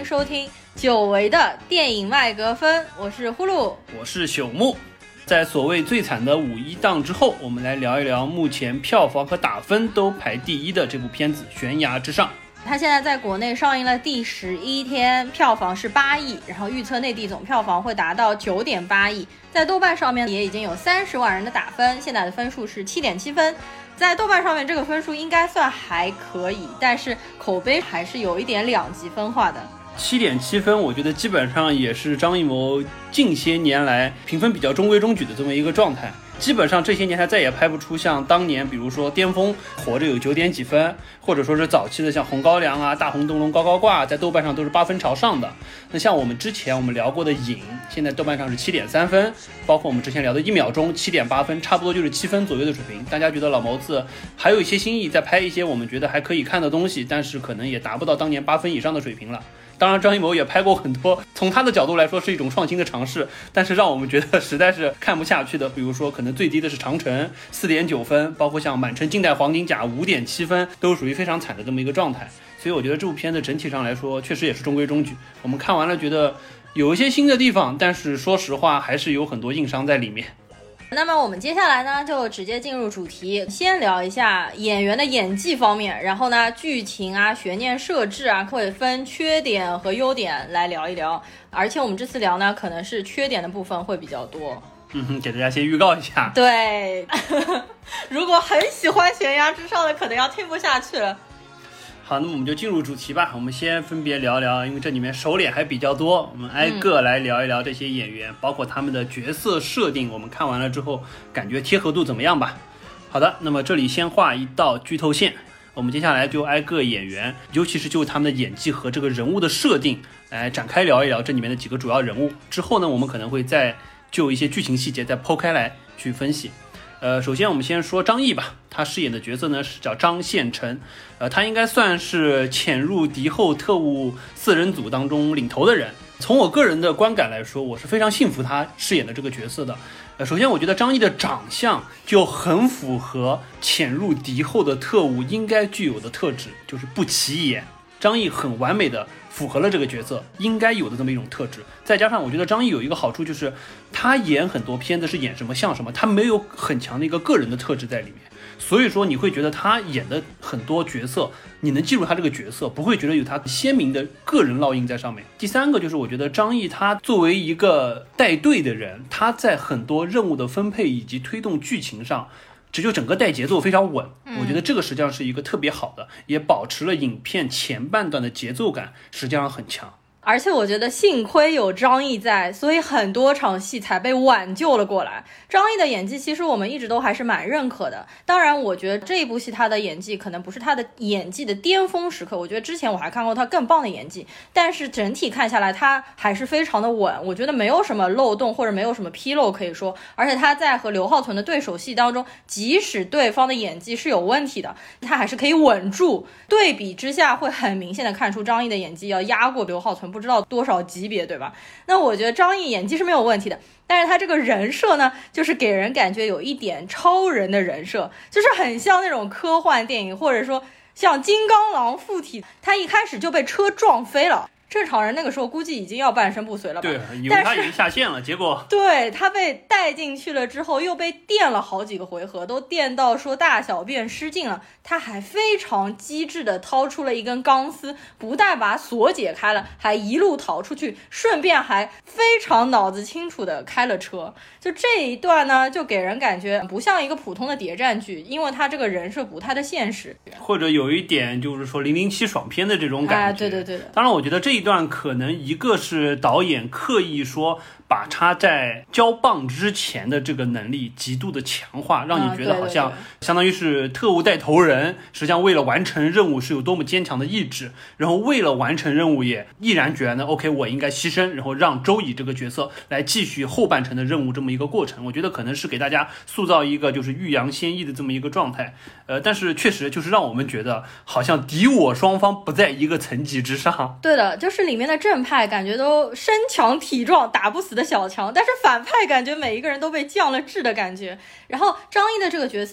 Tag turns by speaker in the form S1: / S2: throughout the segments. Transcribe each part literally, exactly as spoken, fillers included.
S1: 收听久违的电影麦格芬，我是呼噜，
S2: 我是朽木。在所谓最惨的五一档之后，我们来聊一聊目前票房和打分都排第一的这部片子《悬崖之上》。
S1: 它现在在国内上映了第十一天，票房是八亿，然后预测内地总票房会达到九点八亿。在豆瓣上面也已经有三十万人的打分，现在的分数是七点七分。在豆瓣上面这个分数应该算还可以，但是口碑还是有一点两极分化的。
S2: 七点七分，我觉得基本上也是张艺谋近些年来评分比较中规中矩的这么一个状态。基本上这些年他再也拍不出像当年比如说巅峰活着有九点几分，或者说是早期的像红高粱啊、大红灯笼高高挂，在豆瓣上都是八分朝上的。那像我们之前我们聊过的影，现在豆瓣上是七点三分，包括我们之前聊的一秒钟七点八分，差不多就是七分左右的水平。大家觉得老谋子还有一些新意，在拍一些我们觉得还可以看的东西，但是可能也达不到当年八分以上的水平了。当然张艺谋也拍过很多从他的角度来说是一种创新的尝试，但是让我们觉得实在是看不下去的，比如说可能最低的是长城 四点九分，包括像满城尽带黄金甲 五点七分，都属于非常惨的这么一个状态。所以我觉得这部片子整体上来说确实也是中规中矩，我们看完了觉得有一些新的地方，但是说实话还是有很多硬伤在里面。
S1: 那么我们接下来呢就直接进入主题，先聊一下演员的演技方面，然后呢剧情啊、悬念设置啊会分缺点和优点来聊一聊，而且我们这次聊呢可能是缺点的部分会比较多。
S2: 嗯哼，给大家先预告一下。
S1: 对如果很喜欢悬崖之上的可能要听不下去了。
S2: 好，那么我们就进入主题吧。我们先分别聊聊，因为这里面熟脸还比较多，我们挨个来聊一聊这些演员、嗯、包括他们的角色设定，我们看完了之后感觉贴合度怎么样吧。好的，那么这里先画一道剧透线，我们接下来就挨个演员，尤其是就他们的演技和这个人物的设定来展开聊一聊这里面的几个主要人物。之后呢，我们可能会再就一些剧情细节再剖开来去分析。呃，首先我们先说张译吧，他饰演的角色呢是叫张宪成，呃，他应该算是潜入敌后特务四人组当中领头的人。从我个人的观感来说，我是非常信服他饰演的这个角色的。呃，首先我觉得张译的长相就很符合潜入敌后的特务应该具有的特质，就是不起眼。张译很完美的符合了这个角色应该有的这么一种特质，再加上我觉得张译有一个好处，就是他演很多片子是演什么像什么，他没有很强的一个个人的特质在里面，所以说你会觉得他演的很多角色你能记住他这个角色，不会觉得有他鲜明的个人烙印在上面。第三个就是我觉得张译他作为一个带队的人，他在很多任务的分配以及推动剧情上，这就整个带节奏非常稳，我觉得这个实际上是一个特别好的，也保持了影片前半段的节奏感实际上很强。
S1: 而且我觉得幸亏有张译在，所以很多场戏才被挽救了过来。张译的演技其实我们一直都还是蛮认可的，当然我觉得这一部戏他的演技可能不是他的演技的巅峰时刻，我觉得之前我还看过他更棒的演技，但是整体看下来他还是非常的稳，我觉得没有什么漏洞或者没有什么纰漏可以说。而且他在和刘浩存的对手戏当中，即使对方的演技是有问题的，他还是可以稳住，对比之下会很明显的看出张译的演技要压过刘浩存不知道多少级别，对吧？那我觉得张译演技是没有问题的，但是他这个人设呢，就是给人感觉有一点超人的人设，就是很像那种科幻电影，或者说像金刚狼附体，他一开始就被车撞飞了，正常人那个时候估计已经要半身不遂了吧？
S2: 对，以为他已经下线了，结果
S1: 对，他被带进去了之后又被电了好几个回合，都电到说大小便失禁了，他还非常机智的掏出了一根钢丝，不但把锁解开了，还一路逃出去，顺便还非常脑子清楚的开了车。就这一段呢，就给人感觉不像一个普通的谍战剧，因为他这个人设不太的现实，
S2: 或者有一点就是说零零七爽片的这种感觉。哎，
S1: 对对对的。
S2: 当然我觉得这一段可能一个是导演刻意说把他在交棒之前的这个能力极度的强化，让你觉得好像相当于是特务带头人，实际上为了完成任务是有多么坚强的意志，然后为了完成任务也毅然决然的 OK 我应该牺牲，然后让周乙这个角色来继续后半程的任务这么一个过程。我觉得可能是给大家塑造一个就是欲扬先抑的这么一个状态，呃，但是确实就是让我们觉得好像敌我双方不在一个层级之上。
S1: 对的，就是里面的正派感觉都身强体壮，打不死的小强，但是反派感觉每一个人都被降了智的感觉。然后张译的这个角色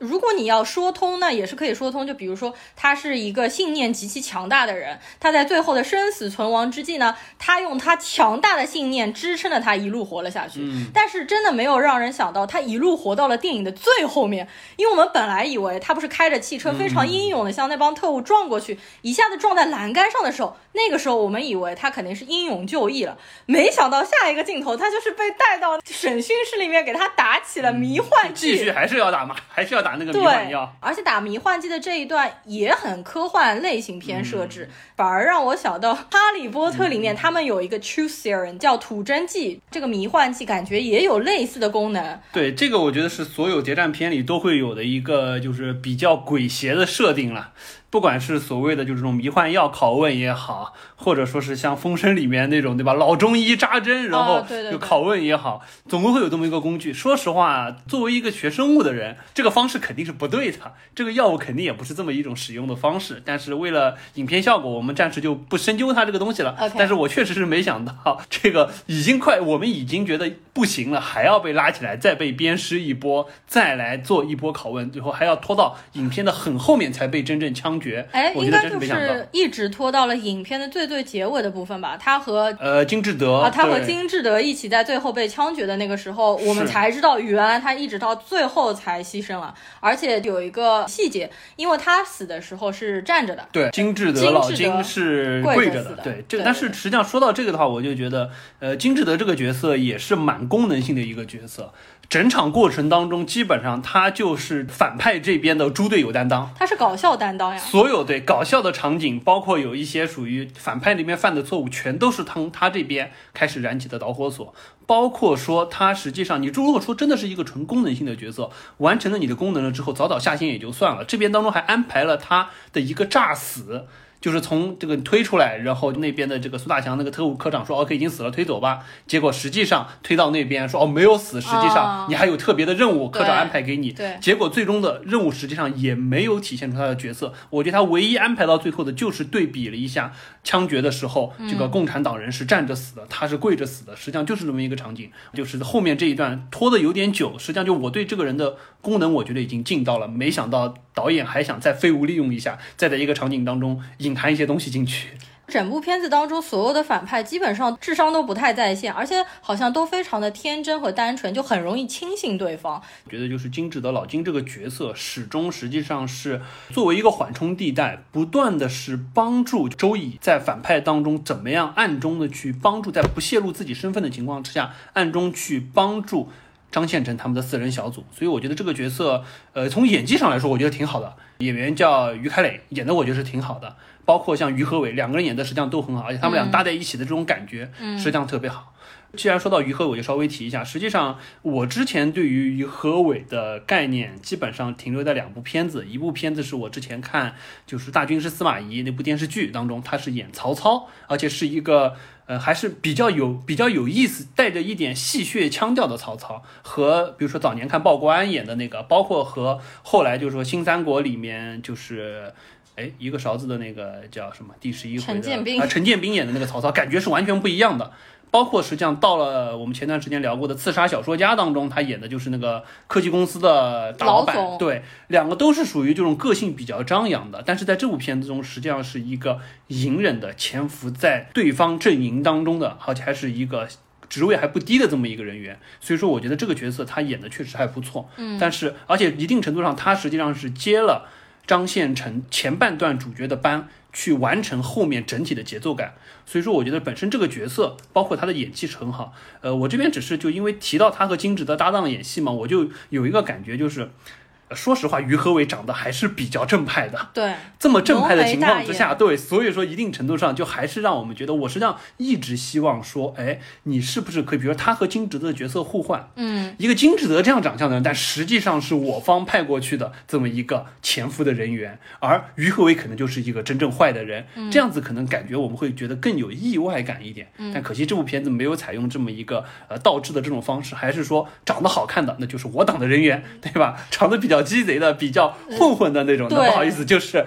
S1: 如果你要说通，那也是可以说通。就比如说，他是一个信念极其强大的人，他在最后的生死存亡之际呢，他用他强大的信念支撑了他一路活了下去。嗯，但是真的没有让人想到，他一路活到了电影的最后面。因为我们本来以为他不是开着汽车非常英勇的向那帮特务撞过去，嗯、一下子撞在栏杆上的时候，那个时候我们以为他肯定是英勇就义了。没想到下一个镜头，他就是被带到审讯室里面，给他打起了迷幻剂，
S2: 继续还是要打嘛，还是要打那个迷幻药。
S1: 而且打迷幻剂的这一段也很科幻类型片设置，嗯、反而让我想到《哈利波特》里面、嗯、他们有一个 Truth Serum 叫吐真剂，这个迷幻剂感觉也有类似的功能。
S2: 对，这个我觉得是所有谍战片里都会有的一个就是比较诡邪的设定了。不管是所谓的就是这种迷幻药拷问也好，或者说是像《风声》里面那种对吧，老中医扎针然后就拷问也好，哦、对对对，总归会有这么一个工具。说实话，作为一个学生物的人，这个方式肯定是不对的，这个药物肯定也不是这么一种使用的方式。但是为了影片效果，我们暂时就不深究它这个东西了。
S1: Okay.
S2: 但是我确实是没想到，这个已经快，我们已经觉得不行了，还要被拉起来，再被鞭尸一波，再来做一波拷问，最后还要拖到影片的很后面才被真正枪决。
S1: 哎，应该就是一直拖到了影片的最最结尾的部分吧。他和
S2: 呃金志德
S1: 啊，他和金志德一起在最后被枪决的那个时候，我们才知道原来他一直到最后才牺牲了。而且有一个细节，因为他死的时候是站着的，
S2: 对，金志德老金是跪着的，对这个。但是实际上说到这个的话，我就觉得，呃，金志德这个角色也是蛮功能性的一个角色。整场过程当中，基本上他就是反派这边的猪队友担当，
S1: 他是搞笑担当呀。
S2: 所有对搞笑的场景，包括有一些属于反派那边犯的错误，全都是从他这边开始燃起的导火索。包括说他实际上，你如果说真的是一个纯功能性的角色，完成了你的功能了之后，早早下线也就算了。这边当中还安排了他的一个诈死。就是从这个推出来，然后那边的这个苏大强那个特务科长说 OK 已经死了，推走吧。结果实际上推到那边说哦没有死，实际上你还有特别的任务，科长安排给你。
S1: 对，
S2: 结果最终的任务实际上也没有体现出他的角色。我觉得他唯一安排到最后的就是对比了一下枪决的时候，这个共产党人是站着死的，他是跪着死的，实际上就是这么一个场景。就是后面这一段拖得有点久，实际上就我对这个人的功能我觉得已经尽到了，没想到导演还想再废物利用一下，再在一个场景当中引含一些东西进去。
S1: 整部片子当中所有的反派基本上智商都不太在线，而且好像都非常的天真和单纯，就很容易轻信对方。
S2: 我觉得就是金志德老金这个角色始终实际上是作为一个缓冲地带，不断的是帮助周乙在反派当中怎么样暗中的去帮助，在不泄露自己身份的情况之下，暗中去帮助张献成他们的四人小组。所以我觉得这个角色呃，从演技上来说我觉得挺好的，演员叫于凯磊，演的我觉得是挺好的，包括像于和伟两个人演的实际上都很好，而且他们俩搭在一起的这种感觉实际上特别好。嗯、既然说到于和伟，就稍微提一下，实际上我之前对于于和伟的概念基本上停留在两部片子，一部片子是我之前看就是大军师司马懿那部电视剧当中，他是演曹操，而且是一个呃，还是比较有比较有意思，带着一点戏谑腔调的曹操，和比如说早年看鲍国安演的那个，包括和后来就是说新三国里面就是哎一个勺子的那个叫什么第十一回的陈建斌啊，陈建斌演的那个曹操，感觉是完全不一样的。包括实际上到了我们前段时间聊过的《刺杀小说家》当中，他演的就是那个科技公司的大老板，
S1: 老
S2: 对，两个都是属于这种个性比较张扬的，但是在这部片子中实际上是一个隐忍的潜伏在对方阵营当中的，而且还是一个职位还不低的这么一个人员。所以说我觉得这个角色他演的确实还不错，嗯，但是而且一定程度上他实际上是接了张献成前半段主角的班，去完成后面整体的节奏感。所以说我觉得本身这个角色包括他的演技是很好。呃，我这边只是就因为提到他和金志德搭档演戏嘛，我就有一个感觉，就是说实话于和伟长得还是比较正派的，
S1: 对，
S2: 这么正派的情况之下，对，所以说一定程度上就还是让我们觉得，我实际上一直希望说，哎，你是不是可以，比如说他和金志德的角色互换，
S1: 嗯，
S2: 一个金志德这样长相的人，但实际上是我方派过去的这么一个潜伏的人员，而于和伟可能就是一个真正坏的人，嗯、这样子可能感觉我们会觉得更有意外感一点。嗯、但可惜这部片子没有采用这么一个呃倒置的这种方式，还是说长得好看的那就是我党的人员，对吧？长得比较鸡贼的、比较混混的那种的，不好意思，就是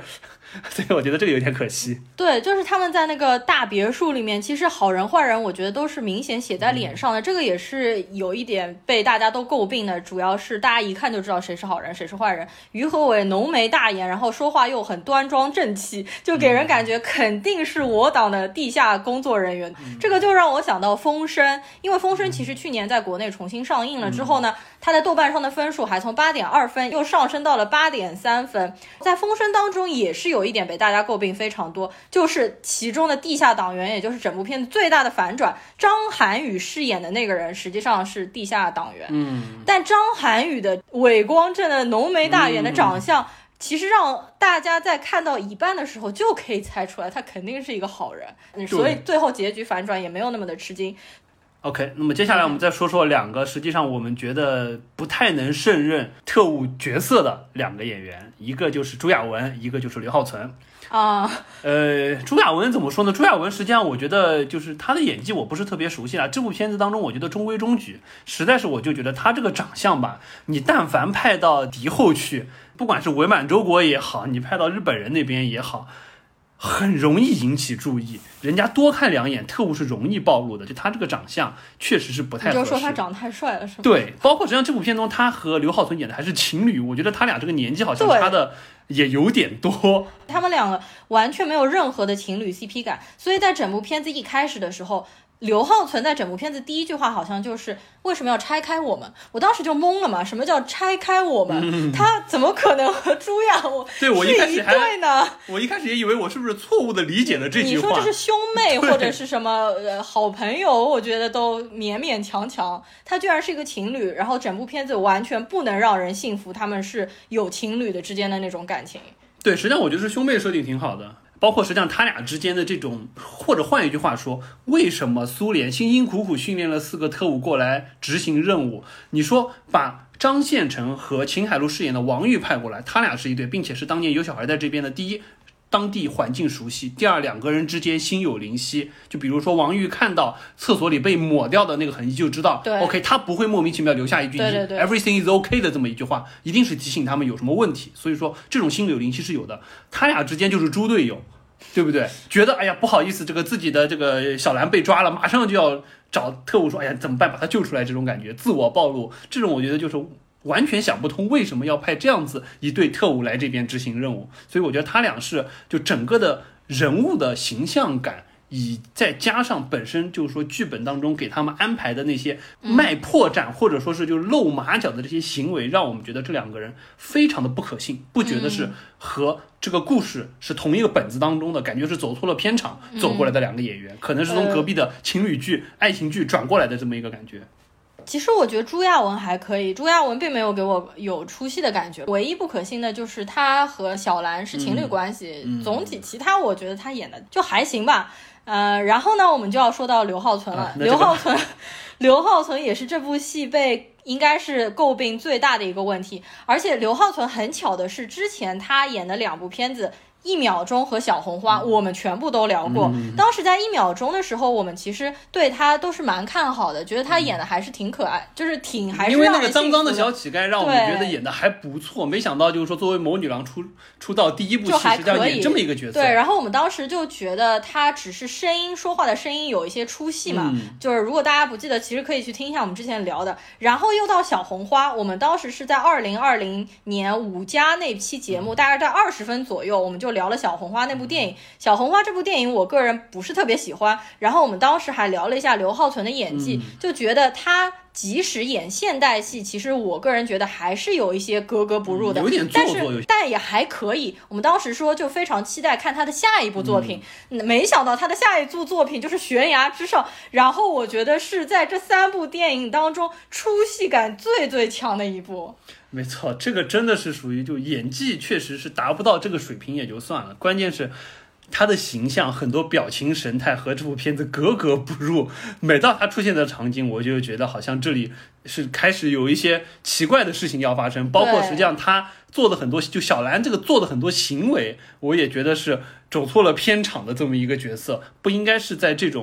S2: 所以我觉得这个有点可惜。
S1: 对，就是他们在那个大别墅里面，其实好人坏人我觉得都是明显写在脸上的、嗯、这个也是有一点被大家都诟病的，主要是大家一看就知道谁是好人谁是坏人。于和伟浓眉大眼，然后说话又很端庄正气，就给人感觉肯定是我党的地下工作人员、嗯、这个就让我想到风声，因为风声其实去年在国内重新上映了之后呢、嗯、它在豆瓣上的分数还从 八点二分又上升到了 八点三分。在风声当中也是有一点被大家诟病非常多，就是其中的地下党员，也就是整部片子最大的反转，张涵予饰演的那个人实际上是地下党员。嗯，但张涵予的伟光正的浓眉大眼的长相、嗯、其实让大家在看到一半的时候就可以猜出来他肯定是一个好人，所以最后结局反转也没有那么的吃惊。
S2: OK， 那么接下来我们再说说两个实际上我们觉得不太能胜任特务角色的两个演员，一个就是朱亚文，一个就是刘浩存
S1: 啊。
S2: 呃，朱亚文怎么说呢？朱亚文实际上我觉得就是他的演技我不是特别熟悉了，这部片子当中我觉得中规中矩，实在是我就觉得他这个长相吧，你但凡派到敌后去，不管是伪满洲国也好，你派到日本人那边也好，很容易引起注意，人家多看两眼，特务是容易暴露的。就他这个长相确实是不太合适。
S1: 你就说他长得太帅了是吗？
S2: 对，包括实际上这部片中他和刘浩存演的还是情侣，我觉得他俩这个年纪好像差的也有点多。
S1: 他们两个完全没有任何的情侣 C P 感，所以在整部片子一开始的时候，刘浩存在整部片子第一句话好像就是为什么要拆开我们，我当时就懵了嘛，什么叫拆开我们、嗯、他怎么可能和朱亚文
S2: 对我一开始还
S1: 是一对呢？
S2: 我一开始也以为我是不是错误的理解了这句话，
S1: 你说这是兄妹或者是什么、呃、好朋友，我觉得都勉勉强强，他居然是一个情侣，然后整部片子完全不能让人信服他们是有情侣的之间的那种感情。
S2: 对，实际上我觉得是兄妹设定挺好的，包括实际上他俩之间的这种，或者换一句话说，为什么苏联辛辛苦苦训练了四个特务过来执行任务，你说把张献成和秦海璐饰演的王玉派过来，他俩是一对，并且是当年有小孩在这边的，第一当地环境熟悉，第二两个人之间心有灵犀，就比如说王玉看到厕所里被抹掉的那个痕迹就知道 OK， 他不会莫名其妙留下一句
S1: 对对对
S2: Everything is OK 的这么一句话，一定是提醒他们有什么问题，所以说这种心有灵犀是有的，他俩之间就是猪队友，对不对？觉得哎呀不好意思，这个自己的这个小兰被抓了，马上就要找特务说哎呀怎么办把他救出来，这种感觉自我暴露，这种我觉得就是完全想不通为什么要派这样子一对特务来这边执行任务。所以我觉得他俩是就整个的人物的形象感，以再加上本身就是说剧本当中给他们安排的那些卖破绽、嗯、或者说是就露马脚的这些行为，让我们觉得这两个人非常的不可信，不觉得是和这个故事是同一个本子当中的，感觉是走错了片场走过来的两个演员、嗯、可能是从隔壁的情侣剧、呃、爱情剧转过来的这么一个感觉。
S1: 其实我觉得朱亚文还可以，朱亚文并没有给我有出戏的感觉，唯一不可信的就是他和小兰是情侣关系、嗯嗯、总体其他我觉得他演的就还行吧。呃，然后呢我们就要说到刘浩存了、啊、刘浩存刘浩存也是这部戏被应该是诟病最大的一个问题，而且刘浩存很巧的是之前他演的两部片子一秒钟和小红花、嗯、我们全部都聊过、嗯、当时在一秒钟的时候我们其实对他都是蛮看好的，觉得他演的还是挺可爱、嗯、就是挺还是
S2: 因为那个脏脏的小乞丐让我们觉得演的还不错，没想到就是说作为谋女郎出出道第一部戏实际上演这么一个角色。
S1: 对，然后我们当时就觉得他只是声音说话的声音有一些出戏嘛、嗯、就是如果大家不记得其实可以去听一下我们之前聊的。然后又到小红花，我们当时是在二零二零年五加那期节目、嗯、大概在二十分左右我们就聊了小红花那部电影。小红花这部电影我个人不是特别喜欢，然后我们当时还聊了一下刘浩存的演技、嗯、就觉得他即使演现代戏，其实我个人觉得还是有一些格格不入的、
S2: 嗯、有点做作，
S1: 但是但也还可以。我们当时说就非常期待看他的下一部作品、嗯、没想到他的下一部作品就是悬崖之上，然后我觉得是在这三部电影当中出戏感最最强的一部。
S2: 没错，这个真的是属于就演技确实是达不到这个水平也就算了，关键是他的形象很多表情神态和这部片子格格不入，每到他出现的场景我就觉得好像这里是开始有一些奇怪的事情要发生，包括实际上他做的很多就小兰这个做的很多行为我也觉得是走错了片场的这么一个角色，不应该是在这种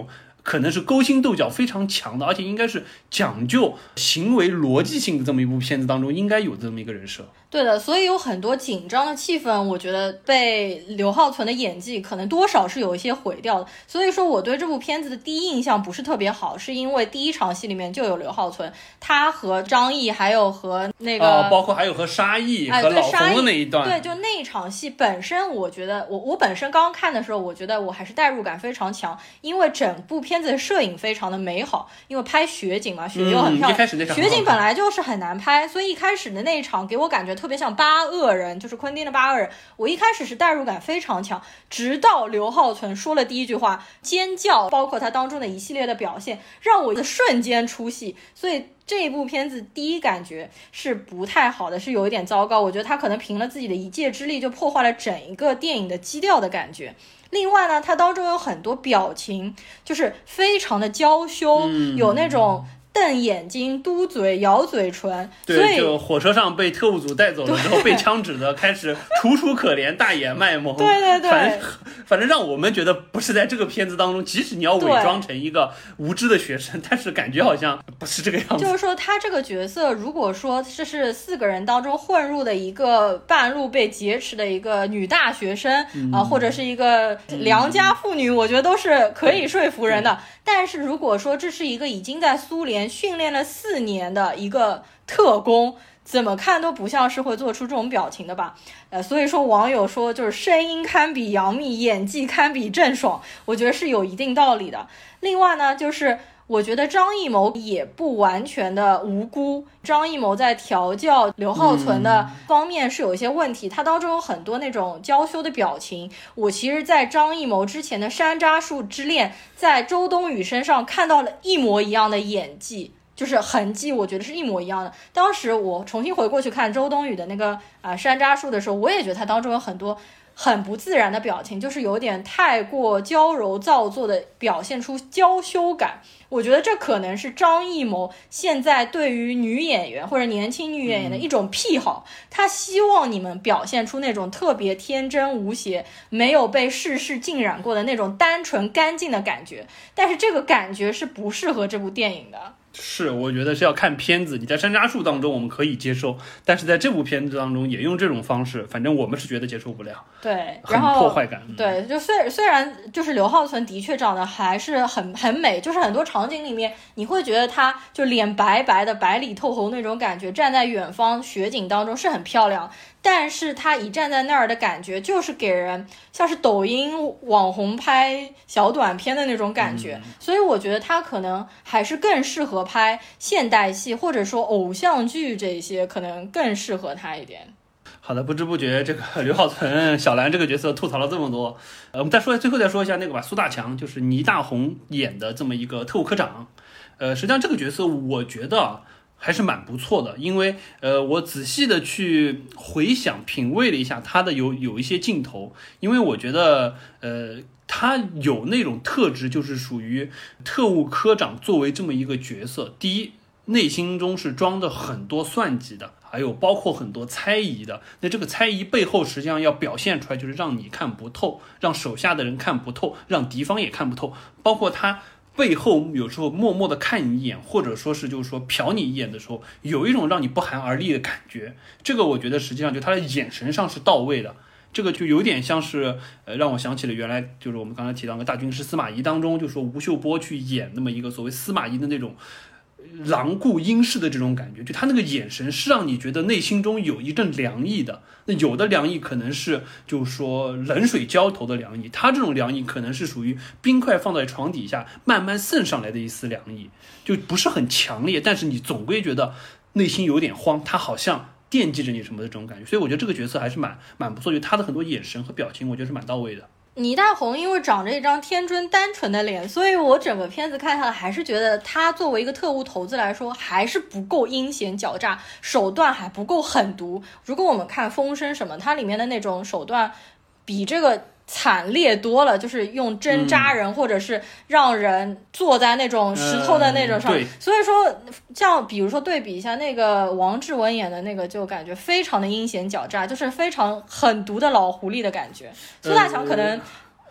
S2: 可能是勾心斗角非常强的，而且应该是讲究行为逻辑性的这么一部片子当中应该有这么一个人设。
S1: 对的，所以有很多紧张的气氛，我觉得被刘浩存的演技可能多少是有一些毁掉的。所以说我对这部片子的第一印象不是特别好，是因为第一场戏里面就有刘浩存，他和张译还有和那个、
S2: 哦、包括还有和沙溢、
S1: 哎、
S2: 和老冯的那一段。
S1: 对，就那一场戏本身，我觉得我我本身刚看的时候，我觉得我还是代入感非常强，因为整部片子的摄影非常的美好，因为拍雪景嘛，雪又很漂亮、嗯、
S2: 一开始那场
S1: 雪景本来就是很难拍，所以一开始的那一场给我感觉特别像八恶人，就是昆汀的八恶人。我一开始是代入感非常强，直到刘浩存说了第一句话尖叫，包括他当中的一系列的表现，让我瞬间出戏。所以这一部片子第一感觉是不太好的，是有一点糟糕。我觉得他可能凭了自己的一介之力就破坏了整一个电影的基调的感觉。另外呢，它当中有很多表情就是非常的娇羞、嗯、有那种瞪眼睛、嘟嘴、咬嘴唇。
S2: 对，所以就火车上被特务组带走了之后被枪指的开始楚楚可怜、大眼卖萌。
S1: 对对对，
S2: 反正反正让我们觉得不是在这个片子当中，即使你要伪装成一个无知的学生，但是感觉好像不是这个样子。
S1: 就是说他这个角色如果说这是四个人当中混入的一个半路被劫持的一个女大学生、嗯、啊，或者是一个良家妇女、嗯、我觉得都是可以说服人的。但是如果说这是一个已经在苏联训练了四年的一个特工，怎么看都不像是会做出这种表情的吧。呃，所以说网友说就是声音堪比杨幂，演技堪比郑爽，我觉得是有一定道理的。另外呢，就是我觉得张艺谋也不完全的无辜，张艺谋在调教刘浩存的方面是有一些问题、嗯、他当中有很多那种娇羞的表情，我其实在张艺谋之前的山楂树之恋，在周冬雨身上看到了一模一样的演技，就是痕迹我觉得是一模一样的。当时我重新回过去看周冬雨的那个啊、呃、山楂树的时候，我也觉得他当中有很多很不自然的表情，就是有点太过娇柔造作的表现出娇羞感。我觉得这可能是张艺谋现在对于女演员或者年轻女演员的一种癖好、嗯、他希望你们表现出那种特别天真无邪，没有被世事浸染过的那种单纯干净的感觉，但是这个感觉是不适合这部电影的。
S2: 是，我觉得是要看片子，你在山楂树当中我们可以接受，但是在这部片子当中也用这种方式，反正我们是觉得接受不了。
S1: 对，
S2: 很破坏感。
S1: 对，就虽虽然就是刘浩存的确长得还是很很美，就是很多场景里面你会觉得他就脸白白的白里透红那种感觉，站在远方雪景当中是很漂亮，但是他一站在那儿的感觉就是给人像是抖音网红拍小短片的那种感觉、嗯、所以我觉得他可能还是更适合拍现代戏或者说偶像剧，这些可能更适合他一点。
S2: 好的，不知不觉这个刘浩存小兰这个角色吐槽了这么多，呃，我们再说最后再说一下那个吧，苏大强就是倪大红演的这么一个特务科长，呃，实际上这个角色我觉得还是蛮不错的，因为呃，我仔细的去回想品味了一下他的有有一些镜头，因为我觉得呃。他有那种特质，就是属于特务科长作为这么一个角色，第一，内心中是装着很多算计的，还有包括很多猜疑的，那这个猜疑背后实际上要表现出来，就是让你看不透，让手下的人看不透，让敌方也看不透，包括他背后有时候默默的看你一眼，或者说是就是说瞟你一眼的时候，有一种让你不寒而栗的感觉，这个我觉得实际上就他的眼神上是到位的。这个就有点像是，呃，让我想起了原来就是我们刚才提到的大军师司马懿当中，就说吴秀波去演那么一个所谓司马懿的那种狼顾英势的这种感觉，就他那个眼神是让你觉得内心中有一阵凉意的。那有的凉意可能是就是说冷水浇头的凉意，他这种凉意可能是属于冰块放在床底下慢慢渗上来的一丝凉意，就不是很强烈，但是你总归觉得内心有点慌，他好像惦记着你什么的这种感觉，所以我觉得这个角色还是蛮蛮不错，就他的很多眼神和表情，我觉得是蛮到位的。
S1: 倪大红因为长着一张天真单纯的脸，所以我整个片子看下来还是觉得他作为一个特务头子来说还是不够阴险狡诈，手段还不够狠毒。如果我们看风声什么，它里面的那种手段比这个惨烈多了，就是用针扎人、嗯、或者是让人坐在那种石头的那种上、
S2: 呃、
S1: 所以说像比如说对比一下那个王志文演的那个，就感觉非常的阴险狡诈，就是非常狠毒的老狐狸的感觉。苏大强可能、呃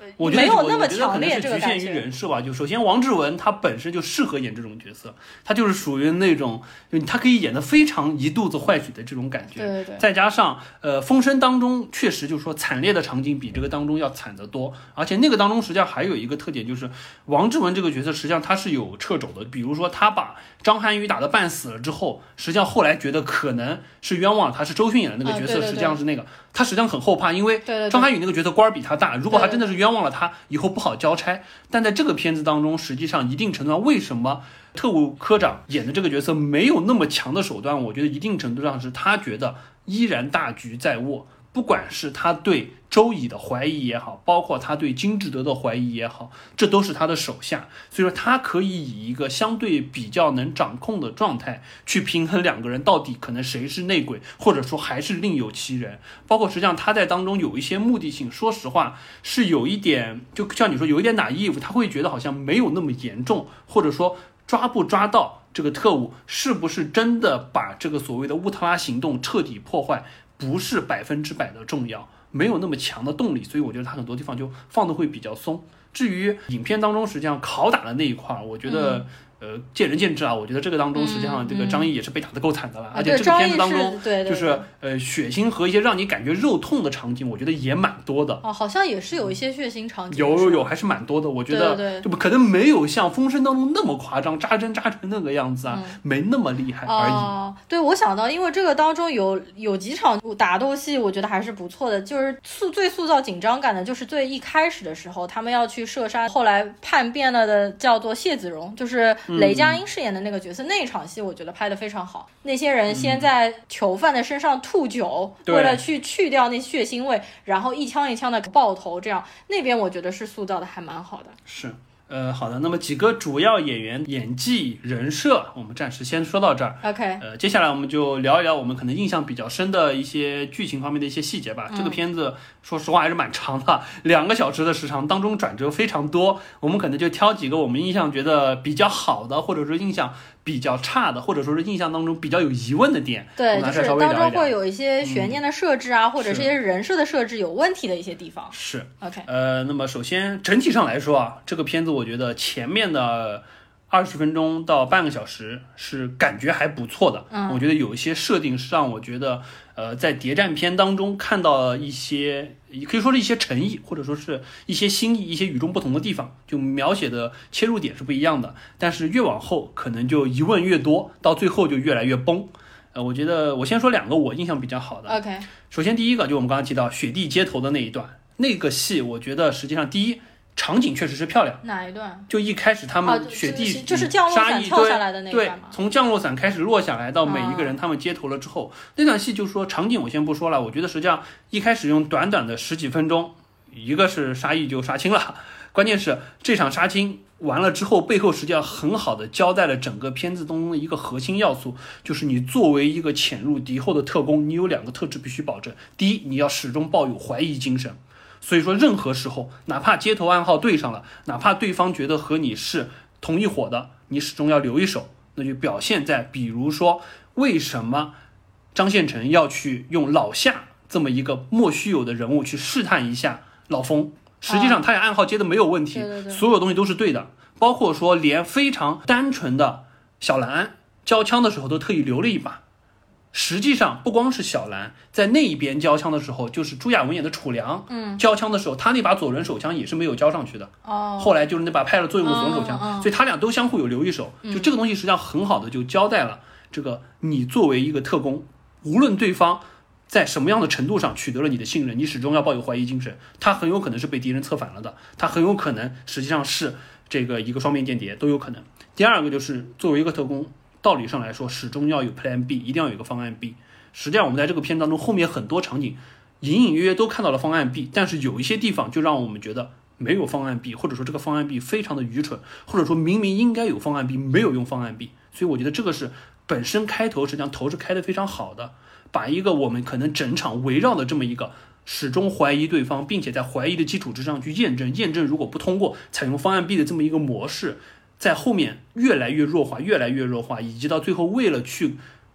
S2: 我觉得
S1: 没有那么
S2: 我觉得可能
S1: 强烈
S2: 是局限于
S1: 这个感觉。
S2: 人设吧。就首先王志文他本身就适合演这种角色，他就是属于那种就他可以演得非常一肚子坏水的这种感觉。
S1: 对对对。
S2: 再加上呃风声当中确实就是说惨烈的场景比这个当中要惨得多，而且那个当中实际上还有一个特点，就是王志文这个角色实际上他是有掣肘的。比如说他把张涵予打得半死了之后，实际上后来觉得可能是冤枉他，是周迅演的那个角色，
S1: 啊、对对对，
S2: 实际上是那个他实际上很后怕，因为
S1: 对对对
S2: 张涵予那个角色官儿比他大，如果他真的是冤枉了他，以后不好交差。但在这个片子当中，实际上一定程度上，为什么特务科长演的这个角色没有那么强的手段？我觉得一定程度上是他觉得依然大局在握，不管是他对周乙的怀疑也好，包括他对金志德的怀疑也好，这都是他的手下，所以说他可以以一个相对比较能掌控的状态去平衡两个人到底可能谁是内鬼，或者说还是另有其人。包括实际上他在当中有一些目的性，说实话是有一点，就像你说有一点naive，他会觉得好像没有那么严重，或者说抓不抓到这个特务，是不是真的把这个所谓的乌特拉行动彻底破坏，不是百分之百的重要，没有那么强的动力，所以我觉得他很多地方就放的会比较松。至于影片当中实际上拷打的那一块，我觉得、嗯呃，见仁见智啊。我觉得这个当中，实际上这个张译也是被打得够惨的了，
S1: 嗯、
S2: 而且这个片子当中，
S1: 对对对，
S2: 就是呃血腥和一些让你感觉肉痛的场景，我觉得也蛮多的。
S1: 哦，好像也是有一些血腥场景。
S2: 有有有，还是蛮多的。我觉得，
S1: 对对对，
S2: 就不可能没有像《风声》当中那么夸张，扎针扎成那个样子啊，
S1: 嗯、
S2: 没那么厉害而已。
S1: 哦，对，我想到，因为这个当中有有几场打斗戏，我觉得还是不错的。就是塑最塑造紧张感的，就是最一开始的时候，他们要去射杀后来叛变了的叫做谢子荣，就是雷佳音饰演的那个角色，嗯、那场戏我觉得拍得非常好。那些人先在囚犯的身上吐酒，嗯、为了去去掉那血腥味，然后一枪一枪的爆头，这样那边我觉得是塑造的还蛮好的。
S2: 是。呃，好的，那么几个主要演员演技、人设，我们暂时先说到这儿。
S1: OK，
S2: 呃，接下来我们就聊一聊我们可能印象比较深的一些剧情方面的一些细节吧。嗯、这个片子说实话还是蛮长的，两个小时的时长当中转折非常多，我们可能就挑几个我们印象觉得比较好的，或者说印象比较差的，或者说是印象当中比较有疑问的点。
S1: 对，就是当中会有一些悬念的设置啊，
S2: 嗯、
S1: 或者是一些人设的设置有问题的一些地方。
S2: 是
S1: OK，
S2: 呃，那么首先整体上来说啊，这个片子我觉得前面的二十分钟到半个小时是感觉还不错的。
S1: 嗯，
S2: 我觉得有一些设定是让我觉得，呃，在谍战片当中看到一些，可以说是一些诚意，或者说是一些新意，一些与众不同的地方，就描写的切入点是不一样的。但是越往后可能就疑问越多，到最后就越来越崩。呃，我觉得我先说两个我印象比较好的。
S1: OK，
S2: 首先第一个就我们刚刚提到雪地街头的那一段，那个戏我觉得实际上第一。场景确实是漂亮。
S1: 哪一段？
S2: 就一开始他们雪地、
S1: 哦、就是降落伞跳下来的那一段吗？
S2: 对，从降落伞开始落下来到每一个人他们接头了之后，哦、那段戏就说场景我先不说了，我觉得实际上一开始用短短的十几分钟，一个是杀意就杀青了，关键是这场杀青完了之后，背后实际上很好的交代了整个片子当中的一个核心要素，就是你作为一个潜入敌后的特工，你有两个特质必须保证。第一，你要始终抱有怀疑精神。所以说任何时候，哪怕街头暗号对上了，哪怕对方觉得和你是同一伙的，你始终要留一手。那就表现在比如说为什么张献成要去用老夏这么一个莫须有的人物去试探一下老冯，实际上他也暗号接的没有问题，
S1: 对对对，
S2: 所有东西都是对的，包括说连非常单纯的小兰交枪的时候都特意留了一把。实际上不光是小兰在那一边交枪的时候，就是朱亚文演的楚良，
S1: 嗯，
S2: 交枪的时候他那把左轮手枪也是没有交上去的，
S1: 哦，
S2: 后来就是那把派了作用的左轮手枪，
S1: 哦哦、
S2: 所以他俩都相互有留一手，就这个东西实际上很好的就交代了这个你作为一个特工，无论对方在什么样的程度上取得了你的信任，你始终要抱有怀疑精神，他很有可能是被敌人策反了的，他很有可能实际上是这个一个双面间谍都有可能。第二个就是作为一个特工，道理上来说始终要有 Plan B， 一定要有一个方案 B。实际上我们在这个片当中后面很多场景隐隐约约都看到了方案 B， 但是有一些地方就让我们觉得没有方案 B， 或者说这个方案 B 非常的愚蠢，或者说明明应该有方案 B 没有用方案 B。 所以我觉得这个是本身开头实际上头是开得非常好的，把一个我们可能整场围绕的这么一个始终怀疑对方，并且在怀疑的基础之上去验证，验证如果不通过采用方案 B 的这么一个模式，在后面越来越弱化越来越弱化，以及到最后为了去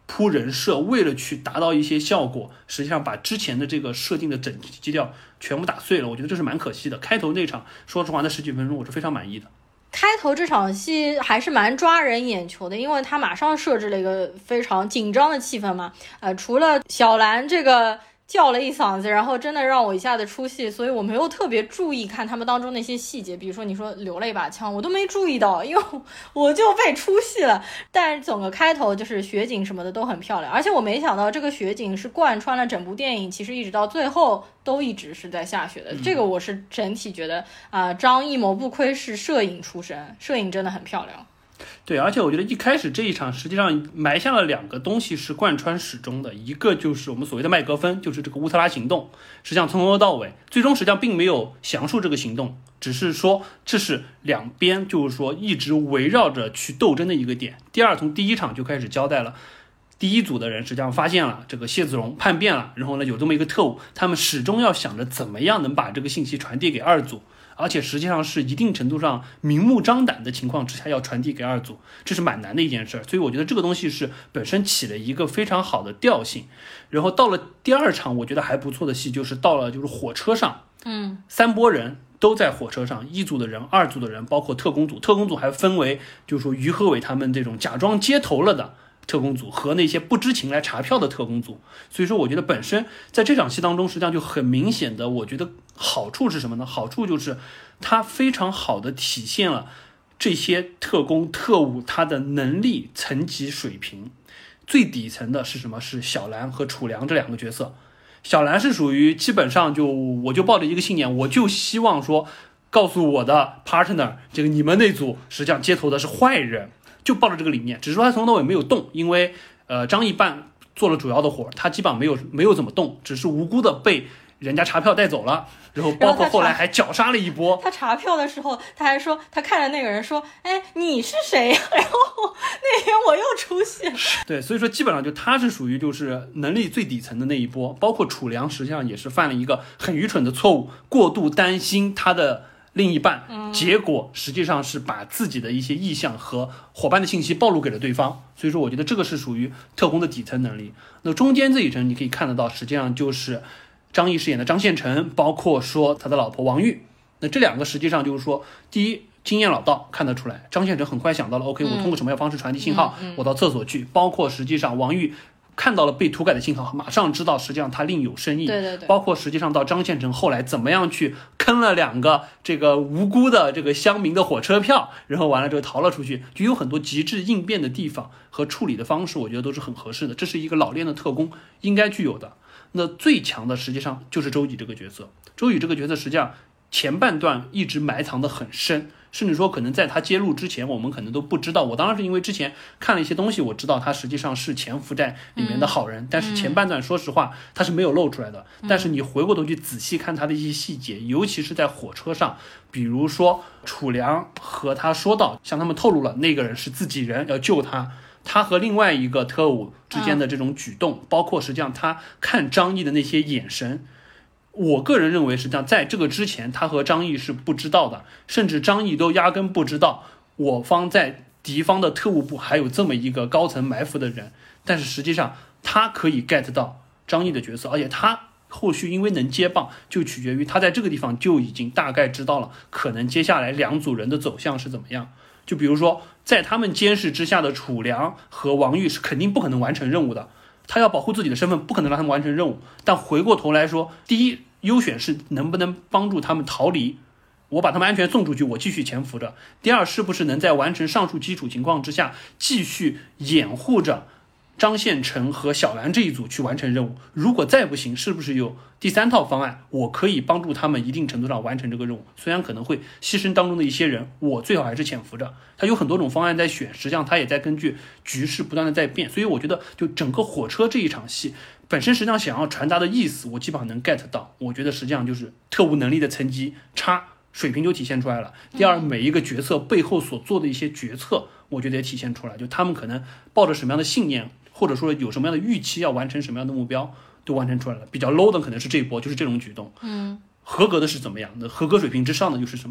S2: 铺人设，为了去达到一些效果，实际上把之前的这个设定的整体基调全部打碎了，我觉得这是蛮可惜的。开头那场说实话那十几分钟我是非常满意的。
S1: 开头这场戏还是蛮抓人眼球的，因为他马上设置了一个非常紧张的气氛嘛。呃，除了小兰这个叫了一嗓子，然后真的让我一下子出戏，所以我没有特别注意看他们当中那些细节，比如说你说留了一把枪，我都没注意到，因为我就被出戏了。但是整个开头就是雪景什么的都很漂亮，而且我没想到这个雪景是贯穿了整部电影，其实一直到最后都一直是在下雪的。嗯、这个我是整体觉得啊、呃，张艺谋不愧是摄影出身，摄影真的很漂亮。
S2: 对，而且我觉得一开始这一场实际上埋下了两个东西是贯穿始终的，一个就是我们所谓的麦格芬，就是这个乌特拉行动，实际上从头到尾最终实际上并没有详述这个行动，只是说这是两边就是说一直围绕着去斗争的一个点。第二，从第一场就开始交代了，第一组的人实际上发现了这个谢子荣叛变了，然后呢有这么一个特务，他们始终要想着怎么样能把这个信息传递给二组，而且实际上是一定程度上明目张胆的情况之下要传递给二组，这是蛮难的一件事。所以我觉得这个东西是本身起了一个非常好的调性。然后到了第二场我觉得还不错的戏，就是到了就是火车上，
S1: 嗯，
S2: 三拨人都在火车上，一组的人二组的人包括特工组，特工组还分为就是说于和伟他们这种假装接头了的特工组和那些不知情来查票的特工组。所以说我觉得本身在这场戏当中实际上就很明显的，我觉得好处是什么呢？好处就是它非常好的体现了这些特工特务他的能力层级水平。最底层的是什么？是小兰和楚良这两个角色。小兰是属于基本上就我就抱着一个信念，我就希望说告诉我的 partner 这个你们那组实际上接头的是坏人，就抱着这个理念，只是说他从头到尾没有动，因为呃张艺办做了主要的活，他基本上没有没有怎么动，只是无辜的被人家查票带走了，然后包括后来还绞杀了一波。
S1: 他查票的时候他还说，他看着那个人说，哎，你是谁？然后那天我又出戏了。
S2: 对，所以说基本上就他是属于就是能力最底层的那一波。包括楚良实际上也是犯了一个很愚蠢的错误，过度担心他的另一半，结果实际上是把自己的一些意向和伙伴的信息暴露给了对方。所以说我觉得这个是属于特工的底层能力。那中间这一层你可以看得到，实际上就是张译饰演的张宪成，包括说他的老婆王玉。那这两个实际上就是说，第一经验老道，看得出来张宪成很快想到了 OK 我通过什么样方式传递信号、嗯嗯嗯、我到厕所去。包括实际上王玉看到了被涂改的信号，马上知道实际上他另有深意。
S1: 对对对。
S2: 包括实际上到张宪成后来怎么样去坑了两个这个无辜的这个乡民的火车票，然后完了之后逃了出去，就有很多极致应变的地方和处理的方式，我觉得都是很合适的，这是一个老练的特工应该具有的。那最强的实际上就是周乙这个角色，周乙这个角色实际上前半段一直埋藏的很深，甚至说可能在他揭露之前我们可能都不知道。我当然是因为之前看了一些东西，我知道他实际上是潜伏在里面的好人、嗯、但是前半段说实话他是没有露出来的、嗯、但是你回过头去仔细看他的一些细节，尤其是在火车上，比如说楚良和他说到向他们透露了那个人是自己人要救他，他和另外一个特务之间的这种举动、嗯、包括实际上他看张译的那些眼神，我个人认为实际上在这个之前他和张译是不知道的，甚至张译都压根不知道我方在敌方的特务部还有这么一个高层埋伏的人，但是实际上他可以 get 到张译的角色，而且他后续因为能接棒，就取决于他在这个地方就已经大概知道了可能接下来两组人的走向是怎么样。就比如说在他们监视之下的楚良和王玉是肯定不可能完成任务的，他要保护自己的身份，不可能让他们完成任务。但回过头来说，第一优选是能不能帮助他们逃离，我把他们安全送出去，我继续潜伏着。第二，是不是能在完成上述基础情况之下继续掩护着张宪成和小兰这一组去完成任务，如果再不行，是不是有第三套方案，我可以帮助他们一定程度上完成这个任务，虽然可能会牺牲当中的一些人，我最好还是潜伏着。他有很多种方案在选，实际上他也在根据局势不断的在变。所以我觉得就整个火车这一场戏本身实际上想要传达的意思我基本上能 get 到，我觉得实际上就是特务能力的层级差水平就体现出来了。第二，每一个角色背后所做的一些决策我觉得也体现出来，就他们可能抱着什么样的信念，或者说有什么样的预期要完成什么样的目标都完成出来了。比较 low 的可能是这一波，就是这种举动，
S1: 嗯，
S2: 合格的是怎么样的，合格水平之上的又是什么样，